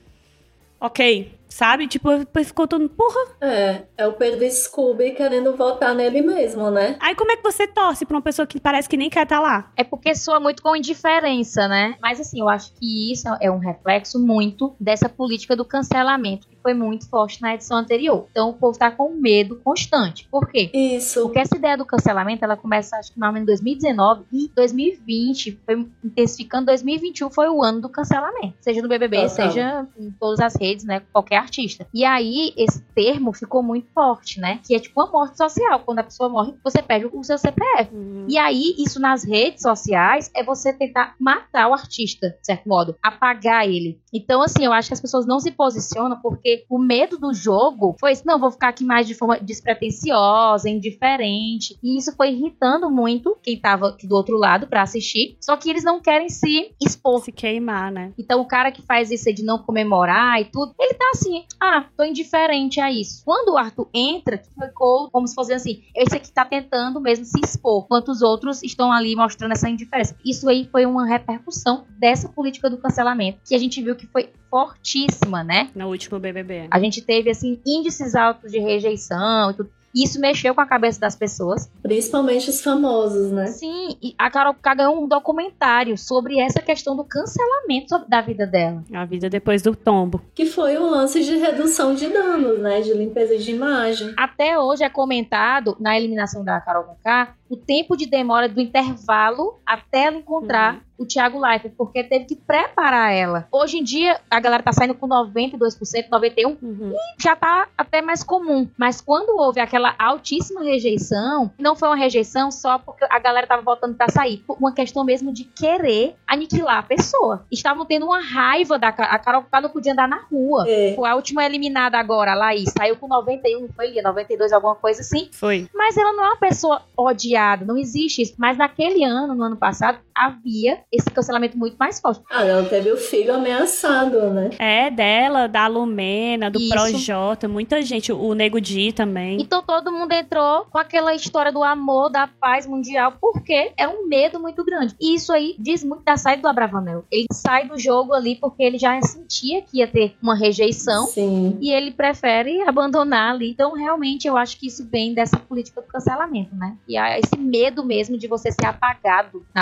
Ok, sabe? Tipo, ficou todo mundo, porra. É o Pedro Scooby querendo votar nele mesmo, né? Aí como é que você torce pra uma pessoa que parece que nem quer estar lá? É porque soa muito com indiferença, né? Mas assim, eu acho que isso é um reflexo muito dessa política do cancelamento, que foi muito forte na edição anterior. Então o povo tá com medo constante. Por quê? Isso. Porque essa ideia do cancelamento, ela começa, acho que mais ou menos em 2019, e 2020 foi intensificando. 2021 foi o ano do cancelamento. Seja no BBB, seja em todas as redes, né? Qualquer artista. E aí, esse termo ficou muito forte, né? Que é tipo uma morte social. Quando a pessoa morre, você perde o seu CPF. E aí, isso nas redes sociais é você tentar matar o artista, de certo modo. Apagar ele. Então, assim, eu acho que as pessoas não se posicionam porque o medo do jogo foi isso. Não, vou ficar aqui mais de forma despretensiosa, indiferente. E isso foi irritando muito quem tava aqui do outro lado pra assistir. Só que eles não querem se expor. Se queimar, né? Então, o cara que faz isso de não comemorar e tudo, ele tá assim, tô indiferente a isso. Quando o Arthur entra, ficou como se fosse assim, esse aqui tá tentando mesmo se expor, enquanto os outros estão ali mostrando essa indiferença. Isso aí foi uma repercussão dessa política do cancelamento, que a gente viu que foi fortíssima, né? No último BBB. A gente teve, assim, índices altos de rejeição e tudo. E isso mexeu com a cabeça das pessoas. Principalmente os famosos, né? Sim, e a Carol ganhou um documentário sobre essa questão do cancelamento da vida dela. A vida depois do tombo. Que foi um lance de redução de danos, né? De limpeza de imagem. Até hoje é comentado, na eliminação da Carol Conká, o tempo de demora do intervalo até ela encontrar o Thiago Leifert, porque teve que preparar ela. Hoje em dia, a galera tá saindo com 92%, 91%, e já tá até mais comum. Mas quando houve aquela altíssima rejeição, não foi uma rejeição só porque a galera tava voltando pra sair. Uma questão mesmo de querer aniquilar a pessoa. Estavam tendo uma raiva a Carol não podia andar na rua. Foi a última eliminada agora, a Laís. Saiu com 91, não foi, Lia? 92, alguma coisa assim. Foi. Mas ela não é uma pessoa odiada. Não existe isso. Mas naquele ano, no ano passado, havia esse cancelamento muito mais forte. Ela teve o filho ameaçado, né? É, dela, da Lumena, do Projota, muita gente, o Nego Di também. Então todo mundo entrou com aquela história do amor, da paz mundial, porque é um medo muito grande. E isso aí diz muito da saída do Abravanel. Ele sai do jogo ali porque ele já sentia que ia ter uma rejeição. Sim. E ele prefere abandonar ali. Então realmente eu acho que isso vem dessa política do cancelamento, né? E esse medo mesmo de você ser apagado nas redes sociais.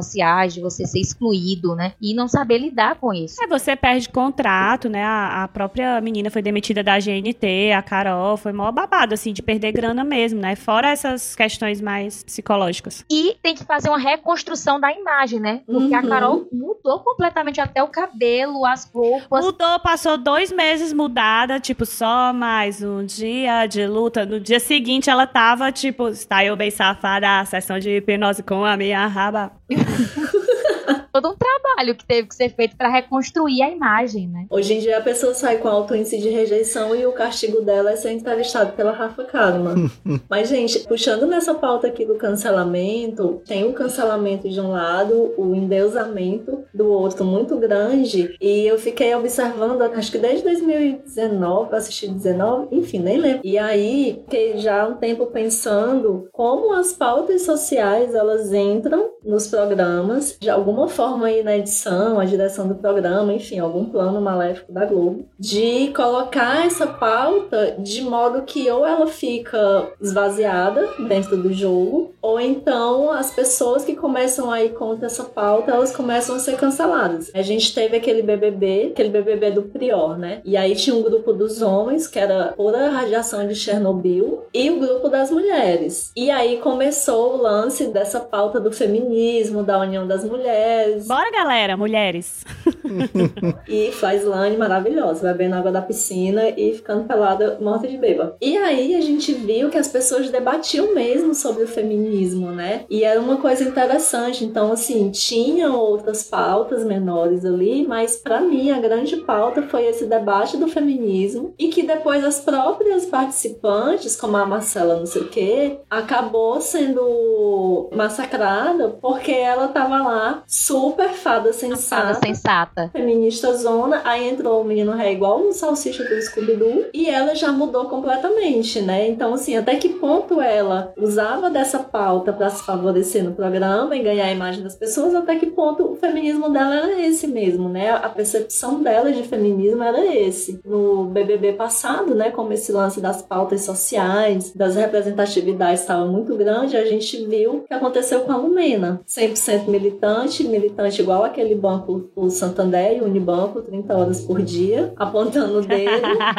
sociais, de você ser excluído, né? E não saber lidar com isso. Você perde contrato, né? A própria menina foi demitida da GNT, a Carol, foi mó babado, assim, de perder grana mesmo, né? Fora essas questões mais psicológicas. E tem que fazer uma reconstrução da imagem, né? Porque a Carol mudou completamente até o cabelo, as roupas. Mudou, passou 2 meses mudada, tipo, só mais um dia de luta. No dia seguinte, ela tava, tipo, style bem safada, sessão de hipnose com a minha raba. Todo um trabalho que teve que ser feito pra reconstruir a imagem, né? Hoje em dia a pessoa sai com alto índice de rejeição e o castigo dela é ser entrevistada pela Rafa Kalimann. Mas, gente, puxando nessa pauta aqui do cancelamento, tem o cancelamento de um lado, o endeusamento do outro muito grande, e eu fiquei observando, acho que desde 2019, eu assisti 19, enfim, nem lembro. E aí, fiquei já há um tempo pensando como as pautas sociais, elas entram nos programas, de alguma forma aí na edição, a direção do programa, enfim, algum plano maléfico da Globo, de colocar essa pauta de modo que ou ela fica esvaziada dentro do jogo, ou então as pessoas que começam a ir contra essa pauta, elas começam a ser canceladas. A gente teve aquele BBB do Prior, né? E aí tinha um grupo dos homens, que era pura radiação de Chernobyl, e o grupo das mulheres. E aí começou o lance dessa pauta do feminismo, da união das mulheres. Bora, galera, mulheres! E Flyslane maravilhosa, bebendo água da piscina e ficando pelada, morta de bêbada. E aí a gente viu que as pessoas debatiam mesmo sobre o feminismo, né? E era uma coisa interessante. Então, assim, tinham outras pautas menores ali, mas pra mim a grande pauta foi esse debate do feminismo, e que depois as próprias participantes, como a Marcela não sei o quê, acabou sendo massacrada porque ela tava lá super fada sensata, feminista zona. Aí entrou o menino ré igual um salsicha do Scooby-Doo e ela já mudou completamente, né? Então, assim, até que ponto ela usava dessa pauta pra se favorecer no programa e ganhar a imagem das pessoas, até que ponto o feminismo dela era esse mesmo, né? A percepção dela de feminismo era esse. No BBB passado, né, como esse lance das pautas sociais, das representatividades estava muito grande, a gente viu o que aconteceu com a Lumena. 100% militante igual aquele banco, o Santander e o Unibanco, 30 horas por dia, apontando o dedo.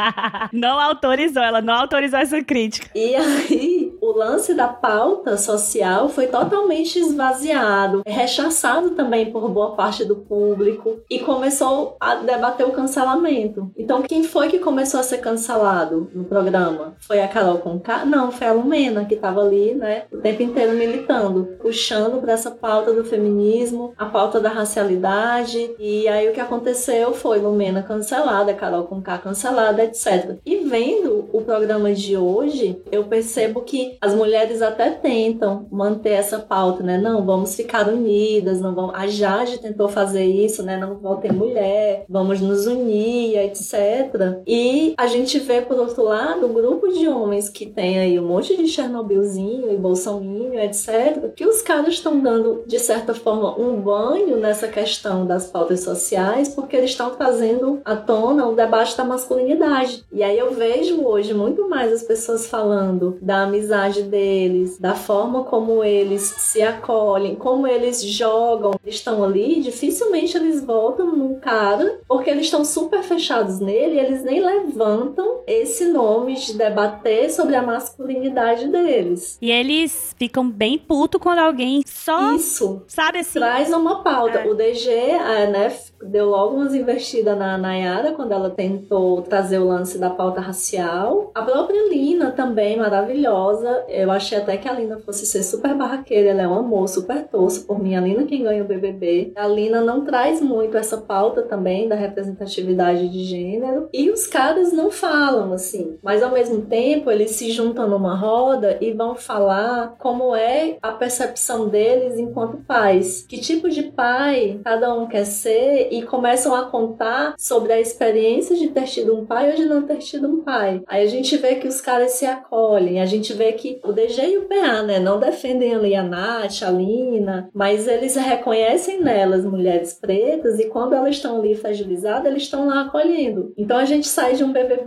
Ela não autorizou essa crítica. E aí, o lance da pauta social foi totalmente esvaziado, rechaçado também por boa parte do público, e começou a debater o cancelamento. Então, quem foi que começou a ser cancelado no programa? Foi a Carol Conká? Não, foi a Lumena, que estava ali, né, o tempo inteiro militando, puxando para essa pauta do feminismo, a pauta da racialidade. E aí o que aconteceu foi Lumena cancelada, Carol Conká cancelada, etc. E vendo o programa de hoje, eu percebo que as mulheres até tentam manter essa pauta, né? Não, vamos ficar unidas, não vamos... A Jade tentou fazer isso, né? Não vão ter mulher, vamos nos unir, etc. E a gente vê, por outro lado, um grupo de homens que tem aí um monte de Chernobylzinho e bolsominho, etc., que os caras estão dando, de certa forma, um banho nessa questão das pautas sociais, porque eles estão trazendo à tona o debate da masculinidade. E aí eu vejo hoje muito mais as pessoas falando da amizade deles, da forma como eles se acolhem, como eles jogam. Eles estão ali, dificilmente eles voltam num cara, porque eles estão super fechados nele, e eles nem levantam esse nome de debater sobre a masculinidade deles. E eles ficam bem putos quando alguém só... Isso. Sabe assim? Traz uma pauta. O DG, né, deu logo umas investidas na Nayara quando ela tentou trazer o lance da pauta racial. A própria Lina também, maravilhosa. Eu achei até que a Lina fosse ser super barraqueira. Ela é um amor, super torço por mim. A Lina quem ganha o BBB. A Lina não traz muito essa pauta também da representatividade de gênero. E os caras não falam, assim. Mas ao mesmo tempo, eles se juntam numa roda e vão falar como é a percepção deles enquanto pais. Que tipo de pai cada um quer ser, e começam a contar sobre a experiência de ter tido um pai ou de não ter tido um pai. Aí a gente vê que os caras se acolhem, a gente vê que o DG e o PA, né, não defendem ali a Nath, a Lina, mas eles reconhecem nelas mulheres pretas, e quando elas estão ali fragilizadas, eles estão lá acolhendo. Então a gente sai de um BBB que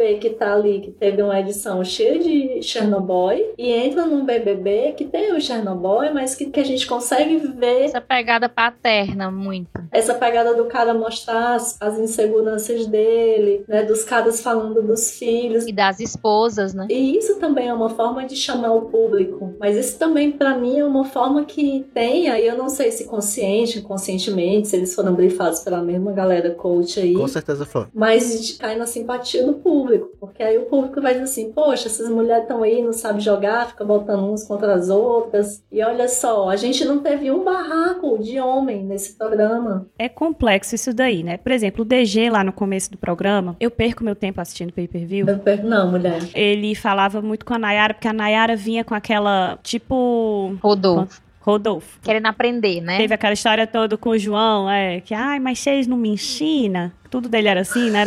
tá ali que teve uma edição cheia de Chernobyl e entra num BBB que tem o Chernobyl, mas que a gente consegue ver essa pegada paterna, muito. Essa pegada do cara mostrar as inseguranças dele, né? Dos caras falando dos filhos. E das esposas, né? E isso também é uma forma de chamar o público. Mas isso também, pra mim, é uma forma que tem, aí eu não sei se consciente, inconscientemente, se eles foram brifados pela mesma galera coach aí. Com certeza foi. Mas cai na simpatia do público. Porque aí o público vai dizer assim, poxa, essas mulheres estão aí, não sabem jogar, ficam botando uns contra as outras. E olha só, a gente não teve um barraco de homem nesse programa. É complexo isso daí, né? Por exemplo, o DG lá no começo do programa, eu perco meu tempo assistindo pay-per-view. Não, mulher. Ele falava muito com a Nayara, porque a Nayara vinha com aquela, tipo... Rodolfo. Querendo aprender, né? Teve aquela história toda com o João, que, mas vocês não me ensinam? Tudo dele era assim, né?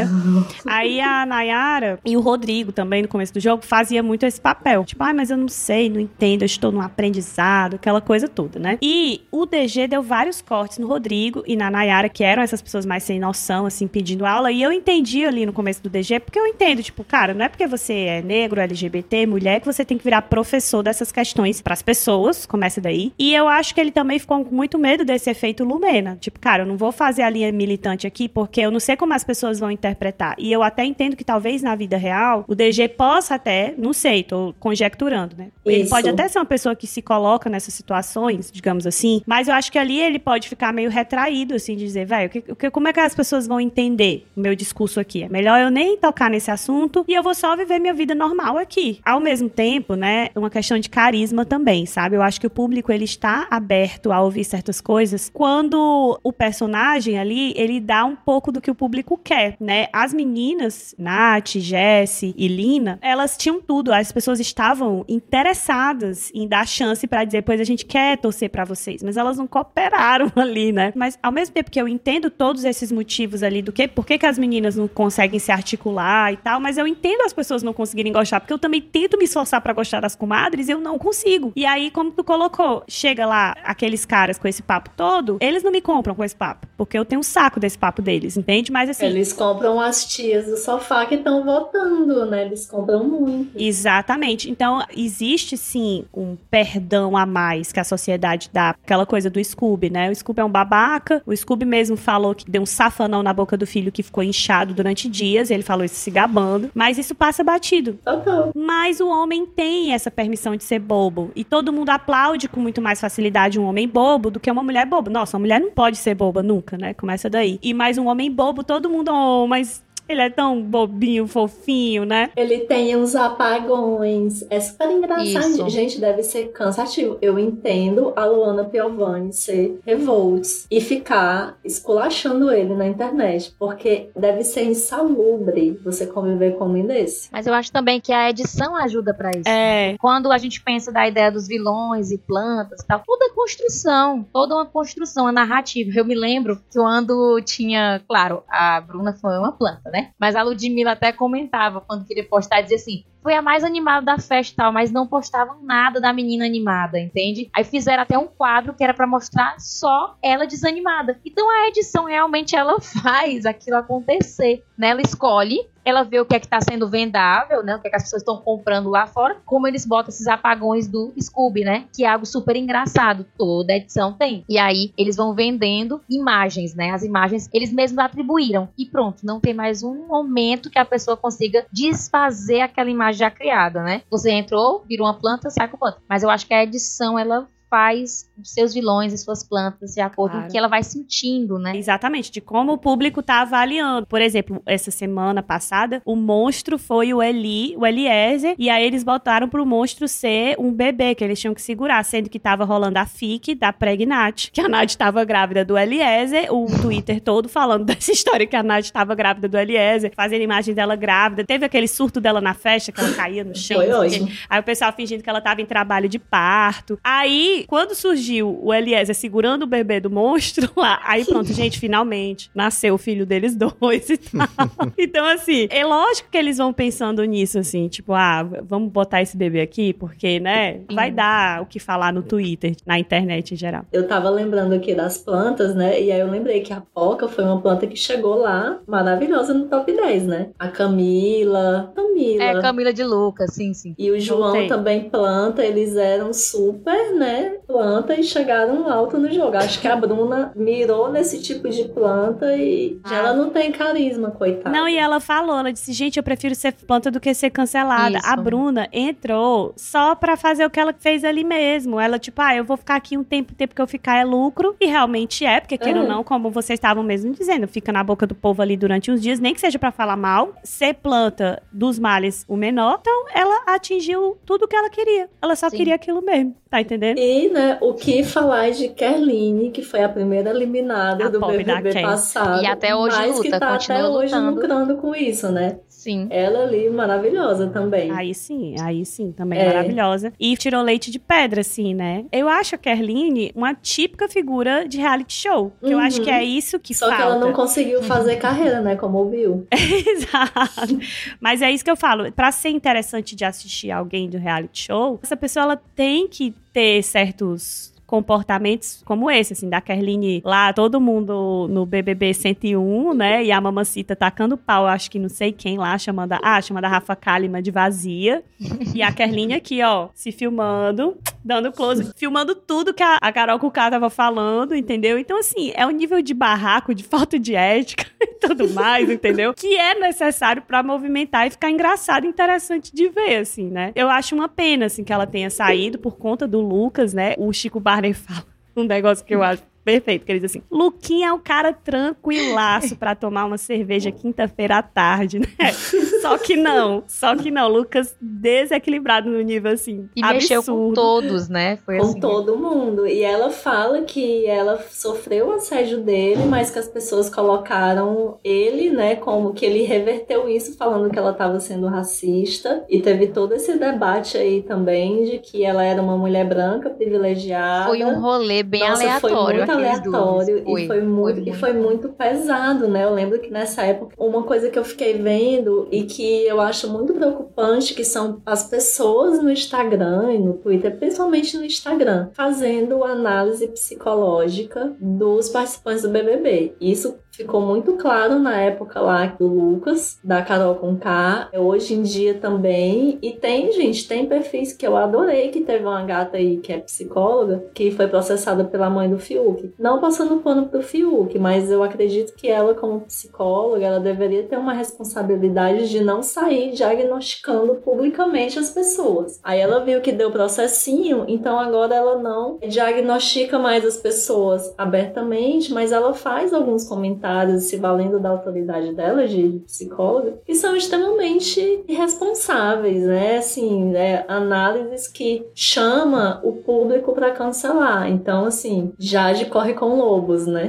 Aí a Nayara e o Rodrigo também, no começo do jogo, fazia muito esse papel. Tipo, mas eu não sei, não entendo, eu estou num aprendizado, aquela coisa toda, né? E o DG deu vários cortes no Rodrigo e na Nayara, que eram essas pessoas mais sem noção, assim, pedindo aula. E eu entendi ali no começo do DG, porque eu entendo, tipo, cara, não é porque você é negro, LGBT, mulher, que você tem que virar professor dessas questões pras pessoas, começa daí. E eu acho que ele também ficou com muito medo desse efeito Lumena. Tipo, cara, eu não vou fazer a linha militante aqui, porque eu não sei como as pessoas vão interpretar. E eu até entendo que talvez na vida real o DG possa até, não sei, tô conjecturando, né? Ele pode até ser uma pessoa que se coloca nessas situações, digamos assim, mas eu acho que ali ele pode ficar meio retraído, assim, de dizer, velho, como é que as pessoas vão entender o meu discurso aqui? É melhor eu nem tocar nesse assunto e eu vou só viver minha vida normal aqui. Ao mesmo tempo, né, uma questão de carisma também, sabe? Eu acho que o público, ele está aberto a ouvir certas coisas quando o personagem ali, ele dá um pouco do que o público quer, né? As meninas, Nath, Jessie e Lina, elas tinham tudo. As pessoas estavam interessadas em dar chance pra dizer, pois a gente quer torcer pra vocês, mas elas não cooperaram ali, né? Mas ao mesmo tempo que eu entendo todos esses motivos ali do que, por que as meninas não conseguem se articular e tal, mas eu entendo as pessoas não conseguirem gostar, porque eu também tento me esforçar pra gostar das comadres e eu não consigo. E aí, como tu colocou, chega lá aqueles caras com esse papo todo, eles não me compram com esse papo, porque eu tenho um saco desse papo deles, entende? Mas assim... Eles compram as tias do sofá que estão votando, né? Eles compram muito. Exatamente. Então, existe sim um perdão a mais que a sociedade dá. Aquela coisa do Scooby, né? O Scooby é um babaca. O Scooby mesmo falou que deu um safanão na boca do filho que ficou inchado durante dias. Ele falou isso se gabando. Mas isso passa batido. Mas o homem tem essa permissão de ser bobo. E todo mundo aplaude com muito mais facilidade um homem bobo do que uma mulher boba. Nossa, uma mulher não pode ser boba nunca, né? Começa daí. E mais um homem bobo, todo mundo, mas ele é tão bobinho, fofinho, né? Ele tem uns apagões. É super engraçado. Isso. Gente, deve ser cansativo. Eu entendo a Luana Piovani ser revolts e ficar esculachando ele na internet. Porque deve ser insalubre você conviver com um homem desse. Mas eu acho também que a edição ajuda pra isso. Quando a gente pensa da ideia dos vilões e plantas e tal, toda uma construção, a narrativa. Eu me lembro que quando tinha, claro, a Bruna foi uma planta, né? Mas a Ludmilla até comentava quando queria postar, dizia assim, foi a mais animada da festa e tal, mas não postavam nada da menina animada, entende? Aí fizeram até um quadro que era pra mostrar só ela desanimada. Então a edição realmente ela faz aquilo acontecer, né? Ela escolhe, ela vê o que é que tá sendo vendável, né? O que é que as pessoas estão comprando lá fora, como eles botam esses apagões do Scooby, né? Que é algo super engraçado, toda edição tem. E aí eles vão vendendo imagens, né? As imagens eles mesmos atribuíram. E pronto, não tem mais um momento que a pessoa consiga desfazer aquela imagem já criada, né? Você entrou, virou uma planta, sai com planta. Mas eu acho que a edição, ela faz os seus vilões e suas plantas de acordo com o que ela vai sentindo, né? Exatamente, de como o público tá avaliando. Por exemplo, essa semana passada, o monstro foi o Eliezer, e aí eles botaram pro monstro ser um bebê, que eles tinham que segurar, sendo que tava rolando a fic da Pregnat, que a Nath tava grávida do Eliezer, o Twitter todo falando dessa história que a Nath tava grávida do Eliezer, fazendo imagem dela grávida, teve aquele surto dela na festa, que ela caía no chão. Foi ótimo. Aí o pessoal fingindo que ela tava em trabalho de parto. Aí quando surgiu o Eliezer segurando o bebê do monstro lá, aí pronto, gente, finalmente nasceu o filho deles dois e tal. Então, assim, é lógico que eles vão pensando nisso, assim, tipo, vamos botar esse bebê aqui, porque, né, vai dar o que falar no Twitter, na internet em geral. Eu tava lembrando aqui das plantas, né, e aí eu lembrei que a Poca foi uma planta que chegou lá, maravilhosa no top 10, né? A Camila. É, Camila de Lucas, sim. E o João também planta, eles eram super, né, planta e chegaram alto no jogo. Acho que a Bruna mirou nesse tipo de planta e já ela não tem carisma, coitada. Não, e ela falou, ela disse, gente, eu prefiro ser planta do que ser cancelada. Isso. A Bruna entrou só pra fazer o que ela fez ali mesmo. Ela, tipo, eu vou ficar aqui um tempo que eu ficar é lucro. E realmente é, porque queira ou não, como vocês estavam mesmo dizendo, fica na boca do povo ali durante uns dias, nem que seja pra falar mal. Ser planta dos males o menor. Então, ela atingiu tudo o que ela queria. Ela só queria aquilo mesmo, tá entendendo? E, né, o que falar de Kerline, que foi a primeira eliminada do BBB passado. E até hoje mas luta, que tá até hoje lucrando com isso, né? Sim. Ela ali, maravilhosa também. Aí sim, também maravilhosa. E tirou leite de pedra, assim, né? Eu acho a Kerline uma típica figura de reality show. Que eu acho que é isso que Só falta. que ela não conseguiu fazer carreira, né? Como o Bill. Exato. Mas é isso que eu falo. Pra ser interessante de assistir alguém do reality show, essa pessoa, ela tem que ter certos comportamentos como esse, assim, da Kerline lá, todo mundo no BBB 101, né, e a Mamacita tacando pau, acho que não sei quem lá, chamando a Rafa Kalimann de vazia, e a Kerline aqui, ó, se filmando, dando close, filmando tudo que a Carol Conká tava falando, entendeu? Então, assim, é um nível de barraco, de falta de ética e tudo mais, entendeu? Que é necessário pra movimentar e ficar engraçado e interessante de ver, assim, né? Eu acho uma pena, assim, que ela tenha saído por conta do Lucas, né? O Chico Barney fala um negócio que eu acho perfeito, que ele diz assim, Luquinha é um cara tranquilaço pra tomar uma cerveja quinta-feira à tarde, né? Só que não, Lucas desequilibrado no nível, assim, e absurdo. Mexeu com todos, né? Foi com assim. todo mundo. E ela fala que ela sofreu o assédio dele, mas que as pessoas colocaram ele, né, como que ele reverteu isso, falando que ela estava sendo racista. E teve todo esse debate aí também de que ela era uma mulher branca privilegiada. Foi um rolê bem aleatório. Foi muito aleatório e foi muito pesado, né? Eu lembro que nessa época, uma coisa que eu fiquei vendo e que eu acho muito preocupante, que são as pessoas no Instagram e no Twitter, principalmente no Instagram, fazendo análise psicológica dos participantes do BBB. Isso ficou muito claro na época lá do Lucas, da Carol Conká, hoje em dia também. E tem perfis que eu adorei, que teve uma gata aí que é psicóloga, que foi processada pela mãe do Fiuk. Não passando pano pro Fiuk, mas eu acredito que ela, como psicóloga, ela deveria ter uma responsabilidade de não sair diagnosticando publicamente as pessoas. Aí ela viu que deu processinho, então agora ela não diagnostica mais as pessoas abertamente, mas ela faz alguns comentários se valendo da autoridade dela de psicóloga, que são extremamente irresponsáveis, né? Assim, análises que chama o público para cancelar. Então, assim, Jade corre com lobos, né?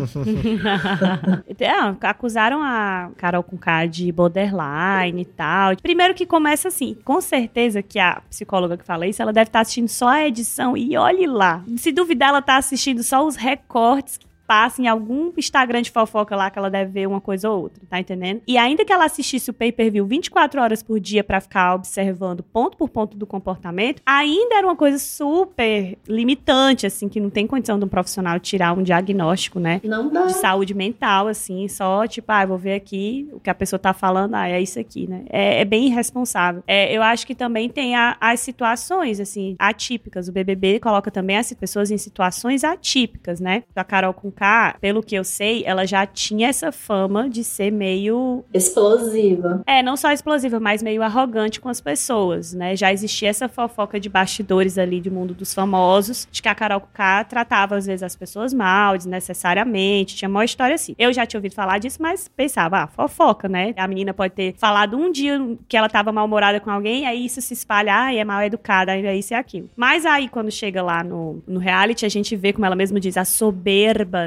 Acusaram a Carol Conká de borderline e tal. Primeiro que começa assim, com certeza que a psicóloga que fala isso, ela deve estar assistindo só a edição e olhe lá. Se duvidar, ela tá assistindo só os recortes que passa em algum Instagram de fofoca lá que ela deve ver uma coisa ou outra, tá entendendo? E ainda que ela assistisse o pay-per-view 24 horas por dia pra ficar observando ponto por ponto do comportamento, ainda era uma coisa super limitante, assim, que não tem condição de um profissional tirar um diagnóstico, né? Não dá. De saúde mental, assim, só tipo, vou ver aqui o que a pessoa tá falando, é isso aqui, né? É bem irresponsável. Eu acho que também tem as situações, assim, atípicas. O BBB coloca também as pessoas em situações atípicas, né? A Carol Conká, pelo que eu sei, ela já tinha essa fama de ser meio... explosiva. Não só explosiva, mas meio arrogante com as pessoas, né? Já existia essa fofoca de bastidores ali do mundo dos famosos, de que a Carol Conká tratava, às vezes, as pessoas mal, desnecessariamente, tinha uma história assim. Eu já tinha ouvido falar disso, mas pensava, fofoca, né? A menina pode ter falado um dia que ela tava mal-humorada com alguém, aí isso se espalha, é mal educada, aí isso e aquilo. Mas aí, quando chega lá no reality, a gente vê, como ela mesma diz, a soberba,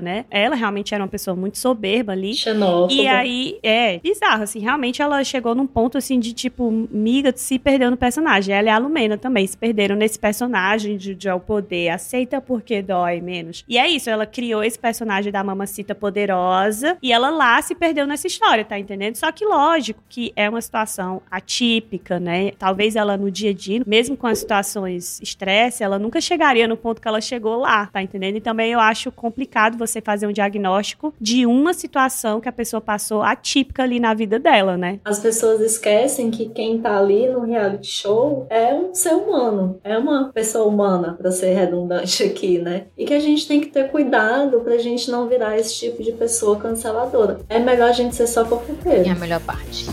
né? Ela realmente era uma pessoa muito soberba ali. Xenófoba. E aí, bizarro, assim, realmente ela chegou num ponto, assim, de tipo, miga se perdeu no personagem. Ela e a Lumena também se perderam nesse personagem de ao poder, aceita porque dói menos. E é isso, ela criou esse personagem da mamacita poderosa e ela lá se perdeu nessa história, tá entendendo? Só que lógico que é uma situação atípica, né? Talvez ela no dia a dia, mesmo com as situações estresse, ela nunca chegaria no ponto que ela chegou lá, tá entendendo? E também eu acho complicado você fazer um diagnóstico de uma situação que a pessoa passou atípica ali na vida dela, né? As pessoas esquecem que quem tá ali no reality show é um ser humano, é uma pessoa humana, pra ser redundante aqui, né? E que a gente tem que ter cuidado pra gente não virar esse tipo de pessoa canceladora. É melhor a gente ser só fofoqueiro. É a melhor parte.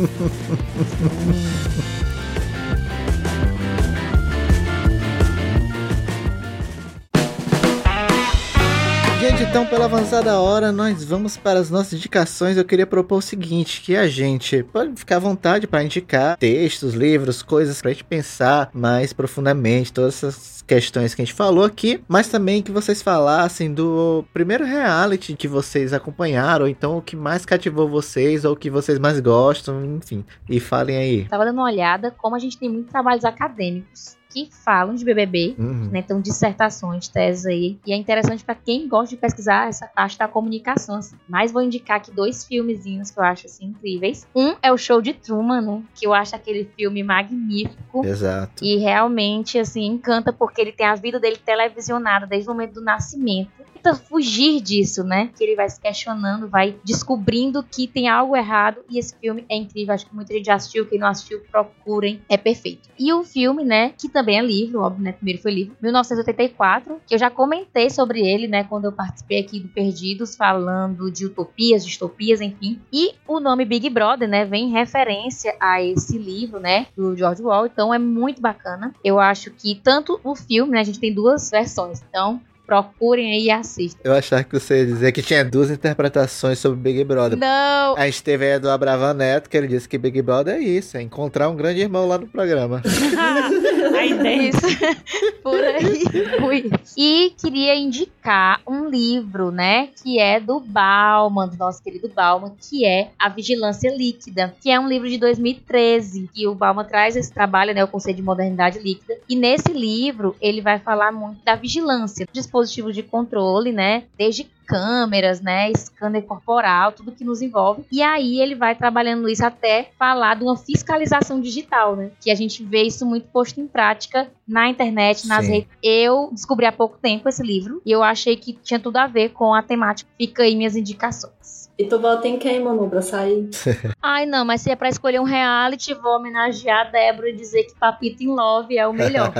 Gente, então, pela avançada hora, nós vamos para as nossas indicações. Eu queria propor o seguinte, que a gente pode ficar à vontade para indicar textos, livros, coisas pra gente pensar mais profundamente, todas essas questões que a gente falou aqui, mas também que vocês falassem do primeiro reality que vocês acompanharam, ou então o que mais cativou vocês, ou o que vocês mais gostam, enfim, e falem aí. Tava dando uma olhada, como a gente tem muitos trabalhos acadêmicos que falam de BBB, né? Então, dissertações, teses aí. E é interessante para quem gosta de pesquisar essa parte da comunicação, assim. Mas vou indicar aqui 2 filmezinhos que eu acho, assim, incríveis. Um é o Show de Truman, né? Que eu acho aquele filme magnífico. Exato. E realmente, assim, encanta porque ele tem a vida dele televisionada desde o momento do nascimento. Tenta fugir disso, né? Que ele vai se questionando, vai descobrindo que tem algo errado. E esse filme é incrível. Acho que muita gente já assistiu. Quem não assistiu, procurem. É perfeito. E o filme, né? Que também é livro, óbvio, né? Primeiro foi livro. 1984. Que eu já comentei sobre ele, né? Quando eu participei aqui do Perdidos. Falando de utopias, distopias, enfim. E o nome Big Brother, né? Vem em referência a esse livro, né? Do George Orwell. Então é muito bacana. Eu acho que tanto o filme, né? A gente tem 2 versões. Então procurem aí e assistam. Eu achava que você ia dizer que tinha 2 interpretações sobre Big Brother. Não! A gente teve a do Abravan Neto, que ele disse que Big Brother é isso, é encontrar um grande irmão lá no programa. Aí isso. Por aí. Fui. E queria indicar um livro, né? Que é do Bauman, do nosso querido Bauman, que é A Vigilância Líquida, que é um livro de 2013, que o Bauman traz esse trabalho, né? O conceito de modernidade líquida. E nesse livro, ele vai falar muito da vigilância, dispositivos de controle, né? Desde câmeras, né, scanner corporal, tudo que nos envolve. E aí ele vai trabalhando isso até falar de uma fiscalização digital, né? Que a gente vê isso muito posto em prática na internet, nas redes. Eu descobri há pouco tempo esse livro e eu achei que tinha tudo a ver com a temática. Fica aí minhas indicações. E tu vota em quem, Manu, pra sair? Ai, não, mas se é pra escolher um reality, vou homenagear a Débora e dizer que Papito in Love é o melhor.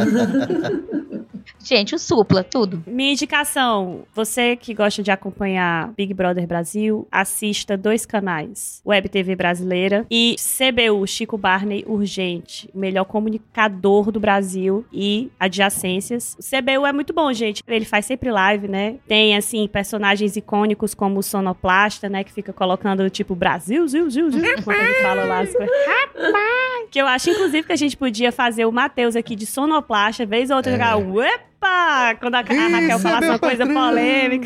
Gente, o Supla, tudo. Minha indicação, você que gosta de acompanhar Big Brother Brasil, assista 2 canais, Web TV Brasileira e CBU, Chico Barney Urgente, o melhor comunicador do Brasil e adjacências. O CBU é muito bom, gente, ele faz sempre live, né? Tem, assim, personagens icônicos como o Sonoplasta, né, que fica colocando, tipo, Brasil, enquanto ele fala lá as coisas. Rapaz! Que eu acho, inclusive, que a gente podia fazer o Matheus aqui de Sonoplasta, vez ou outra, jogar quando a Raquel falasse uma coisa polêmica.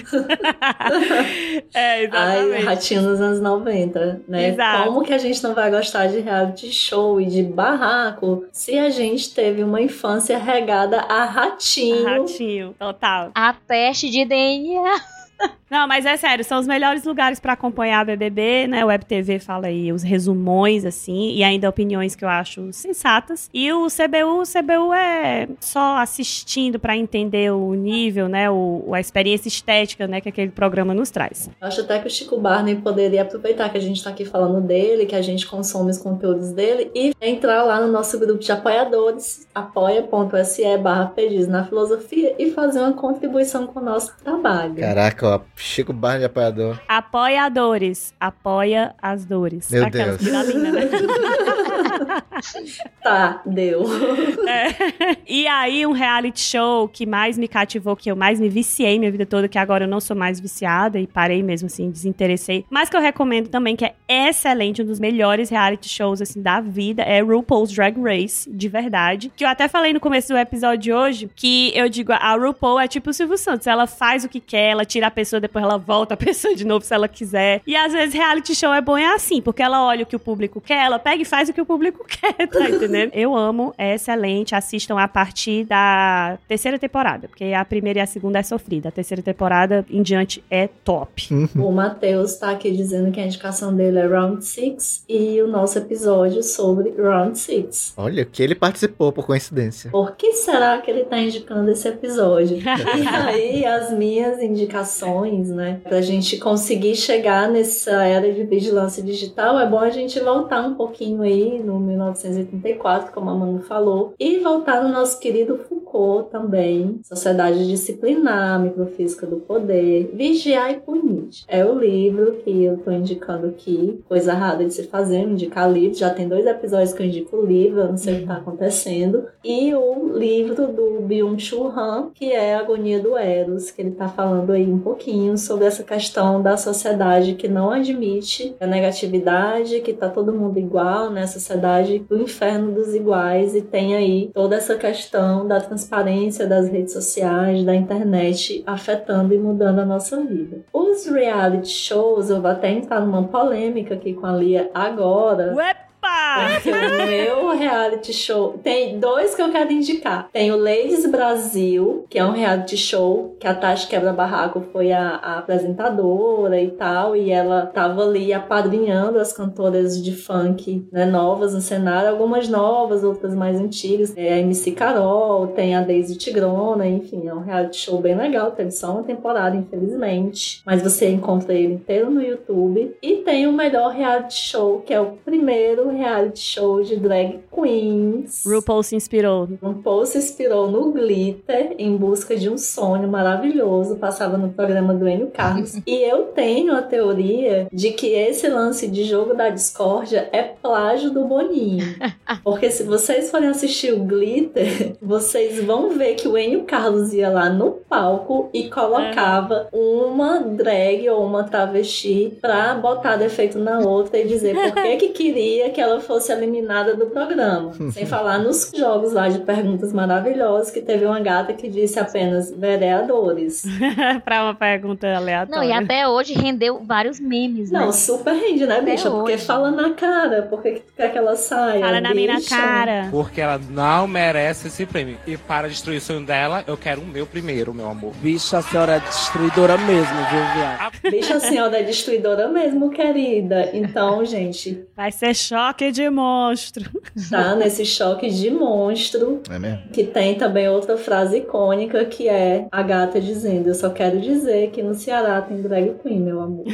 Exatamente. Ai, Ratinho dos anos 90, né? Exato. Como que a gente não vai gostar de reality show e de barraco se a gente teve uma infância regada a ratinho? Ratinho, total. A teste de DNA. Não, mas é sério, são os melhores lugares pra acompanhar a BBB, né? O Web TV fala aí os resumões, assim, e ainda opiniões que eu acho sensatas. E o CBU é só assistindo pra entender o nível, né? A experiência estética, né? Que aquele programa nos traz. Eu acho até que o Chico Barney poderia aproveitar que a gente tá aqui falando dele, que a gente consome os conteúdos dele e entrar lá no nosso grupo de apoiadores, apoia.se/Perdidos na Filosofia e fazer uma contribuição com o nosso trabalho. Caraca, ó, Chico Barney de apoiador. Apoiadores. Apoia as dores. Meu Aquelas Deus. né? Tá, deu. E aí, um reality show que mais me cativou, que eu mais me viciei minha vida toda, que agora eu não sou mais viciada e parei mesmo, assim, desinteressei. Mas que eu recomendo também, que é excelente, um dos melhores reality shows, assim, da vida, é RuPaul's Drag Race, de verdade. Que eu até falei no começo do episódio de hoje, que eu digo, a RuPaul é tipo o Silvio Santos, ela faz o que quer, ela tira a pessoa, depois ela volta a pessoa de novo se ela quiser. E às vezes reality show é bom assim, porque ela olha o que o público quer, ela pega e faz o que o público quer, tá entendendo? Eu amo, é excelente, assistam a partir da 3ª temporada, porque a 1ª e a 2ª é sofrida, a 3ª temporada em diante é top. O Matheus tá aqui dizendo que a indicação dele é Round 6 e o nosso episódio sobre Round 6. Olha, que ele participou, por coincidência. Por que será que ele tá indicando esse episódio? E aí, as minhas indicações, né, pra gente conseguir chegar nessa era de vigilância digital, é bom a gente voltar um pouquinho aí no 1984, como a Manu falou, e voltar no nosso querido Foucault também, Sociedade Disciplinar, Microfísica do Poder, Vigiar e Punir. É o livro que eu tô indicando aqui, coisa errada de se fazer, indicar livro, já tem 2 episódios que eu indico o livro, eu não sei o que tá acontecendo, e o livro do Byung-Chul Han, que é Agonia do Eros, que ele tá falando aí um pouquinho sobre essa questão da sociedade que não admite a negatividade, que tá todo mundo igual, né? Sociedade do inferno dos iguais, e tem aí toda essa questão da transparência das redes sociais, da internet, afetando e mudando a nossa vida. Os reality shows, eu vou até entrar numa polêmica aqui com a Lia agora. Porque o meu reality show... Tem 2 que eu quero indicar. Tem o Ladies Brasil, que é um reality show que a Tati Quebra-Barraco foi a apresentadora e tal, e ela tava ali apadrinhando as cantoras de funk, né, novas no cenário, algumas novas, outras mais antigas. É a MC Carol, tem a Daisy Tigrona, enfim, é um reality show bem legal. Teve só uma temporada, infelizmente, mas você encontra ele inteiro no YouTube. E tem o melhor reality show, que é o primeiro reality show de drag queens. RuPaul se inspirou no Glitter, em busca de um sonho maravilhoso. Passava no programa do Enio Carlos. E eu tenho a teoria de que esse lance de jogo da discórdia é plágio do Boninho. Porque se vocês forem assistir o Glitter, vocês vão ver que o Enio Carlos ia lá no palco e colocava uma drag ou uma travesti pra botar defeito na outra e dizer por que queria que ela fosse eliminada do programa. Sem falar nos jogos lá de perguntas maravilhosas, que teve uma gata que disse apenas vereadores. Pra uma pergunta aleatória. Não, e até hoje rendeu vários memes, né? Não, super rende, né, bicha? Porque fala na cara. Por que tu quer que ela saia? Fala na minha cara. Porque ela não merece esse prêmio. E para destruir o sonho dela, eu quero o meu primeiro, meu amor. Bicha, a senhora é destruidora mesmo, viu, viado? Bicha, a senhora é destruidora mesmo, querida. Então, gente... Vai ser choque de monstro. Tá, nesse choque de monstro. É mesmo? Que tem também outra frase icônica, que é a gata dizendo: eu só quero dizer que no Ceará tem drag queen, meu amor.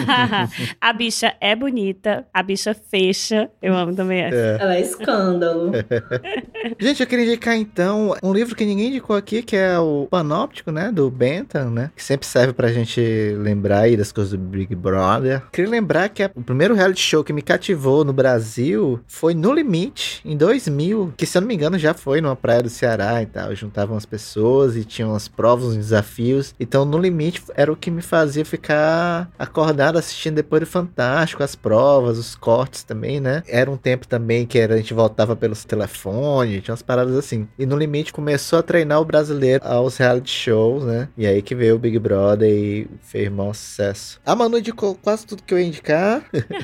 A bicha é bonita, a bicha fecha. Eu amo também essa. Ela é escândalo. Gente, eu queria indicar então um livro que ninguém indicou aqui, que é o Panóptico, né, do Bentham, né, que sempre serve pra gente lembrar aí das coisas do Big Brother. Queria lembrar que o primeiro reality show que me cativou no Brasil foi No Limite, em 2000, que se eu não me engano já foi numa praia do Ceará e tal, juntavam as pessoas e tinham as provas, os desafios. Então No Limite era o que me fazia ficar acordado assistindo depois do Fantástico, as provas, os cortes também, né? Era um tempo também que a gente voltava pelos telefones, tinha umas paradas assim. E No Limite começou a treinar o brasileiro aos reality shows, né? E aí que veio o Big Brother e fez maior sucesso. A Manu indicou quase tudo que eu ia indicar.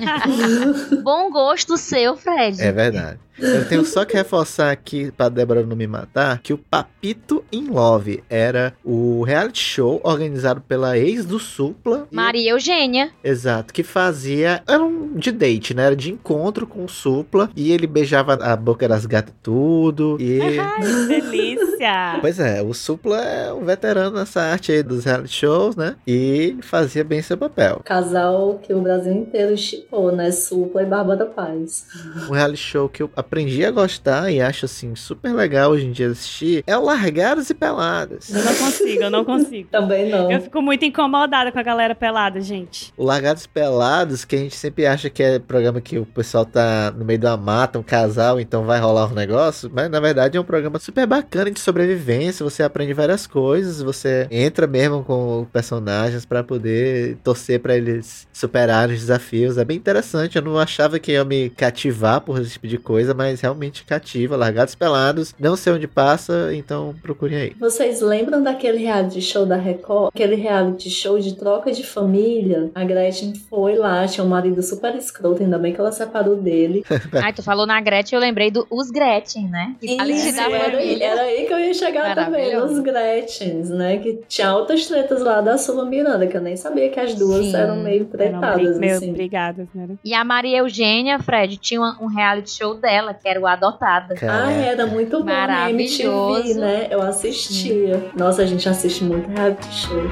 Bom gosto seu, Fred. É verdade. Eu tenho só que reforçar aqui, pra Débora não me matar, que o Papito in Love era o reality show organizado pela ex do Supla. Maria Eugênia. Exato, que fazia... Era um de date, né? Era de encontro com o Supla. E ele beijava a boca das gatas tudo. E... Ai, que delícia. Delícia! Pois é, o Supla é um veterano nessa arte aí dos reality shows, né? E fazia bem seu papel. Casal que o Brasil inteiro shippou, né? Supla e Bárbara Paz. Um reality show que eu aprendi a gostar e acho, assim, super legal hoje em dia assistir é o Largados e Peladas. Eu não consigo. Também não. Eu fico muito incomodada com a galera pelada, gente. O Largados e Pelados, que a gente sempre acha que é programa que o pessoal tá no meio de uma mata, um casal, então vai rolar um negócio, mas na verdade é um programa super bacana de sobrevivência, você aprende várias coisas, você entra mesmo com personagens pra poder torcer pra eles superarem os desafios, é bem interessante, eu não achava que ia me cativar por esse tipo de coisa, mas realmente cativa. Largados e Pelados, não sei onde passa, então procurem aí. Vocês lembram daquele reality show da Record? Aquele reality show de troca de família? A Gretchen foi lá, tinha um marido super escroto, ainda bem que ela separou dele. Ai, tu falou na Gretchen, eu lembrei do Os Gretchen, né? Era aí que eu ia chegar também, os Gretchens, né? Que tinha altas tretas lá da Sula Miranda, que eu nem sabia que as duas eram meio tretadas, assim. Brigadas, né? E a Maria Eugênia, Fred, tinha um reality show dela, que era o Adotada. Era muito bom na MTV, né? Eu assistia. Nossa, a gente assiste muito reality show.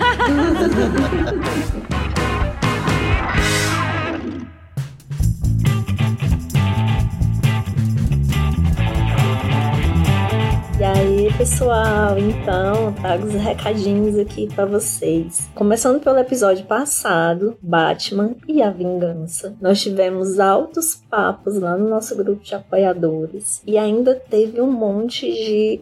E aí, pessoal, então, trago os recadinhos aqui pra vocês. Começando pelo episódio passado, Batman e a Vingança. Nós tivemos altos papos lá no nosso grupo de apoiadores. E ainda teve um monte de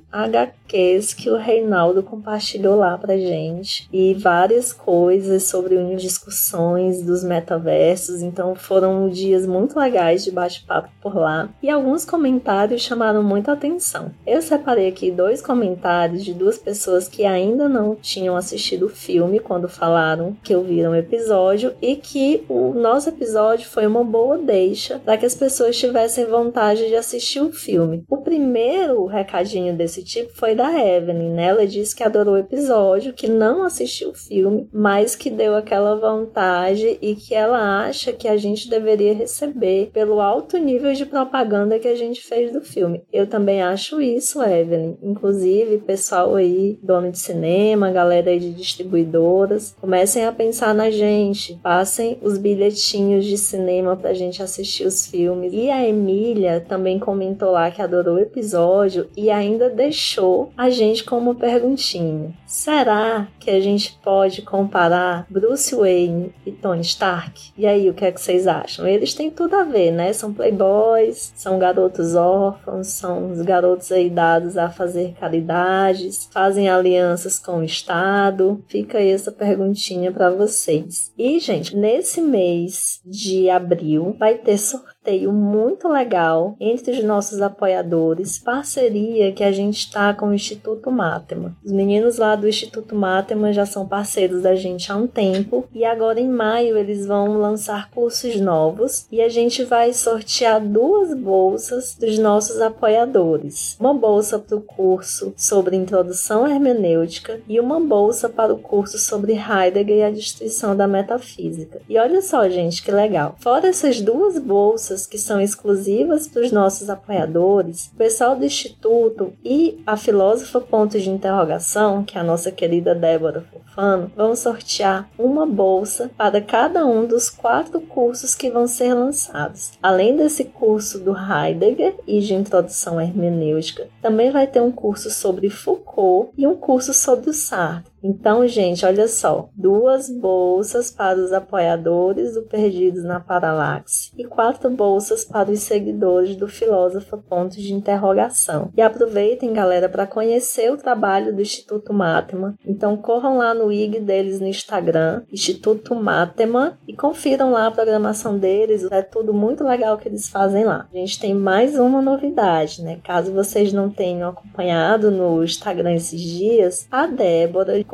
HQs que o Reinaldo compartilhou lá pra gente. E várias coisas sobre discussões dos metaversos. Então foram dias muito legais de bate-papo por lá. E alguns comentários chamaram muita atenção. Eu separei aqui 2 comentários de 2 pessoas que ainda não tinham assistido o filme quando falaram que ouviram o episódio e que o nosso episódio foi uma boa deixa para que as pessoas tivessem vontade de assistir o filme. O primeiro recadinho desse tipo foi da Evelyn, né? Ela disse que adorou o episódio, que não assistiu o filme, mas que deu aquela vontade e que ela acha que a gente deveria receber pelo alto nível de propaganda que a gente fez do filme. Eu também acho isso, Evelyn. Inclusive, pessoal aí, dono de cinema, galera aí de distribuidoras, comecem a pensar na gente, passem os bilhetinhos de cinema pra gente assistir os filmes. E a Emília também comentou lá que adorou o episódio e ainda deixou a gente com uma perguntinha. Será que a gente pode comparar Bruce Wayne e Tony Stark? E aí, o que é que vocês acham? Eles têm tudo a ver, né? São playboys, são garotos órfãos, são os garotos aí dados a fazer caridades, fazem alianças com o Estado. Fica aí essa perguntinha para vocês. E, gente, nesse mês de abril vai ter sorteio muito legal entre os nossos apoiadores, parceria que a gente está com o Instituto Mátema. Os meninos lá do Instituto Mátema já são parceiros da gente há um tempo e agora em maio eles vão lançar cursos novos e a gente vai sortear 2 bolsas dos nossos apoiadores. Uma bolsa para o curso sobre Introdução à Hermenêutica e uma bolsa para o curso sobre Heidegger e a Destruição da Metafísica. E olha só, gente, que legal. Fora essas 2 bolsas que são exclusivas para os nossos apoiadores, o pessoal do Instituto e a filósofa Pontos de Interrogação, que é a nossa querida Débora Fofano, vão sortear uma bolsa para cada um dos 4 cursos que vão ser lançados. Além desse curso do Heidegger e de Introdução à Hermenêutica, também vai ter um curso sobre Foucault e um curso sobre o Sartre. Então, gente, olha só, 2 bolsas para os apoiadores do Perdidos na Paralaxe e 4 bolsas para os seguidores do filósofo Pontos de Interrogação. E aproveitem, galera, para conhecer o trabalho do Instituto Mátema. Então, corram lá no IG deles no Instagram, Instituto Mátema, e confiram lá a programação deles. É tudo muito legal que eles fazem lá. A gente tem mais uma novidade, né? Caso vocês não tenham acompanhado no Instagram esses dias, a Débora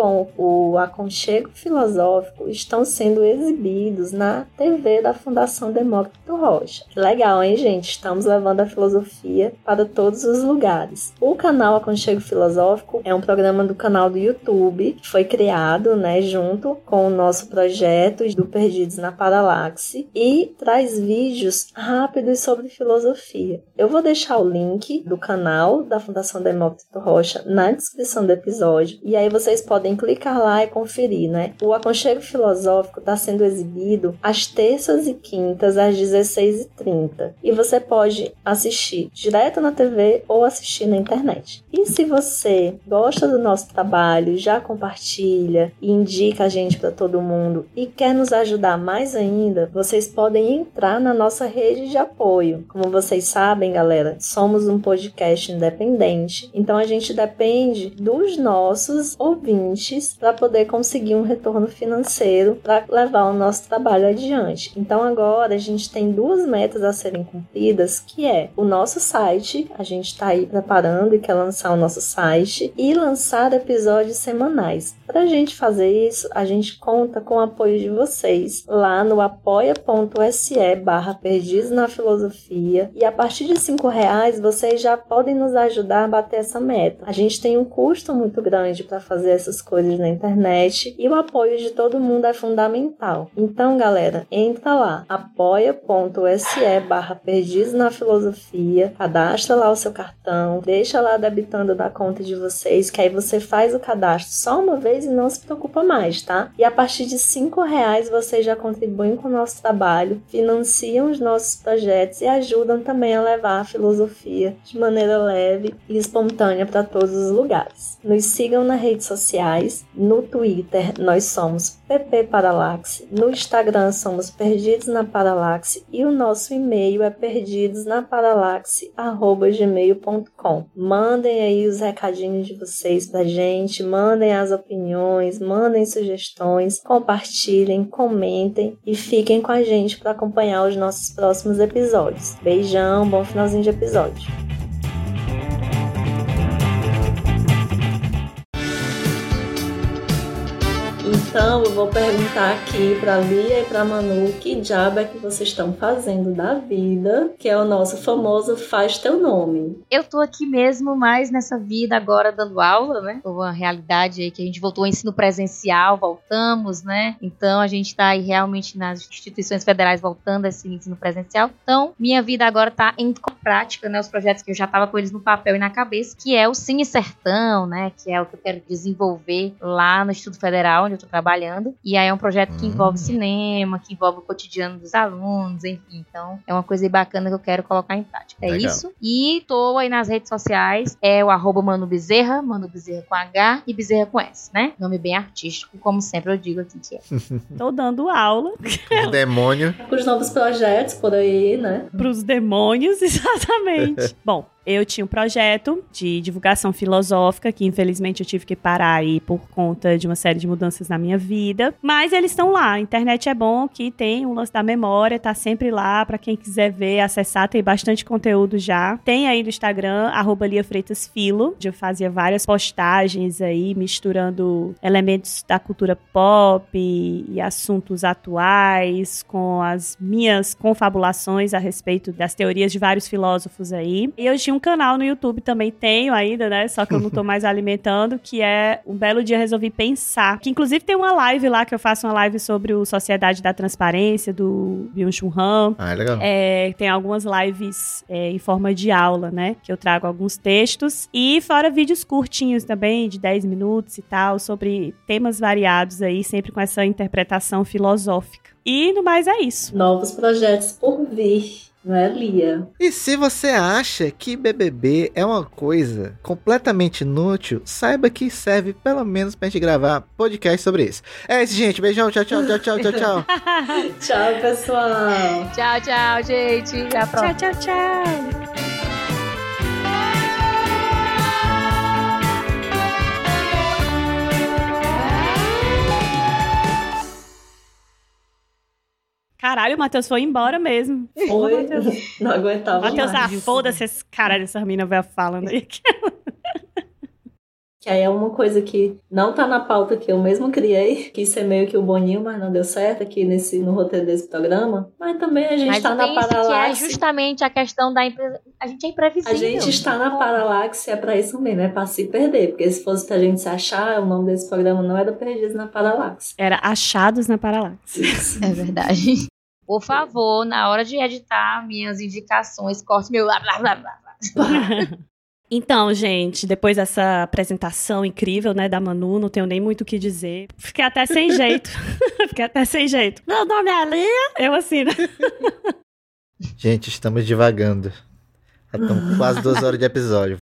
com o Aconchego Filosófico estão sendo exibidos na TV da Fundação Demócrito Rocha. Que legal, hein, gente? Estamos levando a filosofia para todos os lugares. O canal Aconchego Filosófico é um programa do canal do YouTube, que foi criado, né, junto com o nosso projeto do Perdidos na Paralaxe, e traz vídeos rápidos sobre filosofia. Eu vou deixar o link do canal da Fundação Demócrito Rocha na descrição do episódio, e aí vocês podem clicar lá e conferir, né? O Aconchego Filosófico está sendo exibido às terças e quintas às 16h30, e você pode assistir direto na TV ou assistir na internet. E se você gosta do nosso trabalho, já compartilha e indica a gente para todo mundo e quer nos ajudar mais ainda, vocês podem entrar na nossa rede de apoio. Como vocês sabem, galera, somos um podcast independente, então a gente depende dos nossos ouvintes para poder conseguir um retorno financeiro para levar o nosso trabalho adiante. Então agora a gente tem 2 metas a serem cumpridas, que é o nosso site, a gente está aí preparando e quer lançar o nosso site, e lançar episódios semanais. Para a gente fazer isso, a gente conta com o apoio de vocês lá no apoia.se/Perdidos na Filosofia, e a partir de R$5 vocês já podem nos ajudar a bater essa meta. A gente tem um custo muito grande para fazer essas coisas na internet e o apoio de todo mundo é fundamental. Então, galera, entra lá, apoia.se/Perdidos na Filosofia, cadastra lá o seu cartão, deixa lá debitando da conta de vocês, que aí você faz o cadastro só uma vez e não se preocupa mais, tá? E a partir de R$5 vocês já contribuem com o nosso trabalho, financiam os nossos projetos e ajudam também a levar a filosofia de maneira leve e espontânea para todos os lugares. Nos sigam nas redes sociais, no Twitter nós somos PP Paralaxe, no Instagram somos Perdidos na Paralaxe e o nosso e-mail é perdidosnaparalaxe@gmail.com. Mandem aí os recadinhos de vocês pra gente, mandem as opiniões, mandem sugestões, compartilhem, comentem e fiquem com a gente para acompanhar os nossos próximos episódios. Beijão, bom finalzinho de episódio. Então, eu vou perguntar aqui pra Lia e pra Manu que diabo é que vocês estão fazendo da vida, que é o nosso famoso Faz Teu Nome. Eu tô aqui mesmo, mas nessa vida agora dando aula, né? Uma realidade aí que a gente voltou ao ensino presencial, voltamos, né? Então, a gente tá aí realmente nas instituições federais voltando a esse ensino presencial. Então, minha vida agora tá em prática, né? Os projetos que eu já tava com eles no papel e na cabeça, que é o Cine Sertão, né? Que é o que eu quero desenvolver lá no Instituto Federal, onde eu tô trabalhando, e aí é um projeto que envolve cinema, que envolve o cotidiano dos alunos, enfim, então é uma coisa bacana que eu quero colocar em prática. Legal. É isso. E tô aí nas redes sociais, é o @Manu Bezerra, Manu Bezerra com H e Bezerra com S, né? Nome bem artístico, como sempre eu digo aqui que é. Tô dando aula. O demônio. Os novos projetos por aí, né? Pros demônios, exatamente. Bom, eu tinha um projeto de divulgação filosófica, que infelizmente eu tive que parar aí por conta de uma série de mudanças na minha vida. Mas eles estão lá. A internet é bom, que tem um lance da memória, tá sempre lá pra quem quiser ver, acessar, tem bastante conteúdo já. Tem aí no Instagram, @LiaFreitasFilo, onde eu fazia várias postagens aí, misturando elementos da cultura pop e assuntos atuais, com as minhas confabulações a respeito das teorias de vários filósofos aí. E eu tinha um canal no YouTube, também tenho ainda, né? Só que eu não tô mais alimentando, que é Um Belo Dia Resolvi Pensar. Que inclusive tem uma live lá, que eu faço uma live sobre o Sociedade da Transparência, do Byung-Chul Han. Ah, é legal. Tem algumas lives em forma de aula, né? Que eu trago alguns textos. E fora vídeos curtinhos também, de 10 minutos e tal, sobre temas variados aí, sempre com essa interpretação filosófica. E no mais é isso. Novos projetos por vir. Não é, Lia? E se você acha que BBB é uma coisa completamente inútil, saiba que serve pelo menos pra gente gravar podcast sobre isso. É isso, gente. Beijão. Tchau, tchau, tchau, tchau, tchau, tchau. Tchau, pessoal. Tchau, tchau, gente. Até a próxima. Tchau, tchau, tchau. Caralho, o Matheus foi embora mesmo. Foi, não aguentava Matheus, mais. foda-se esse caralho, essa mina vai falando aí. que aí é uma coisa que não tá na pauta que eu mesmo criei, quis ser meio que o Boninho, mas não deu certo aqui no roteiro desse programa. Mas também a gente tá na paralaxe. Que é justamente a questão da empresa. A gente é imprevisível. A gente está na paralaxe, é pra isso mesmo, é pra se perder. Porque se fosse pra gente se achar, o nome desse programa não era Perdidos na Paralaxe. Era Achados na Paralaxe. É verdade. Por favor, na hora de editar minhas indicações, corte meu blá blá blá blá. Então, gente, depois dessa apresentação incrível, né, da Manu, não tenho nem muito o que dizer. Fiquei até sem jeito. Meu nome é Lia. Eu assim, né? Gente, estamos divagando. Já estamos quase 2 horas de episódio.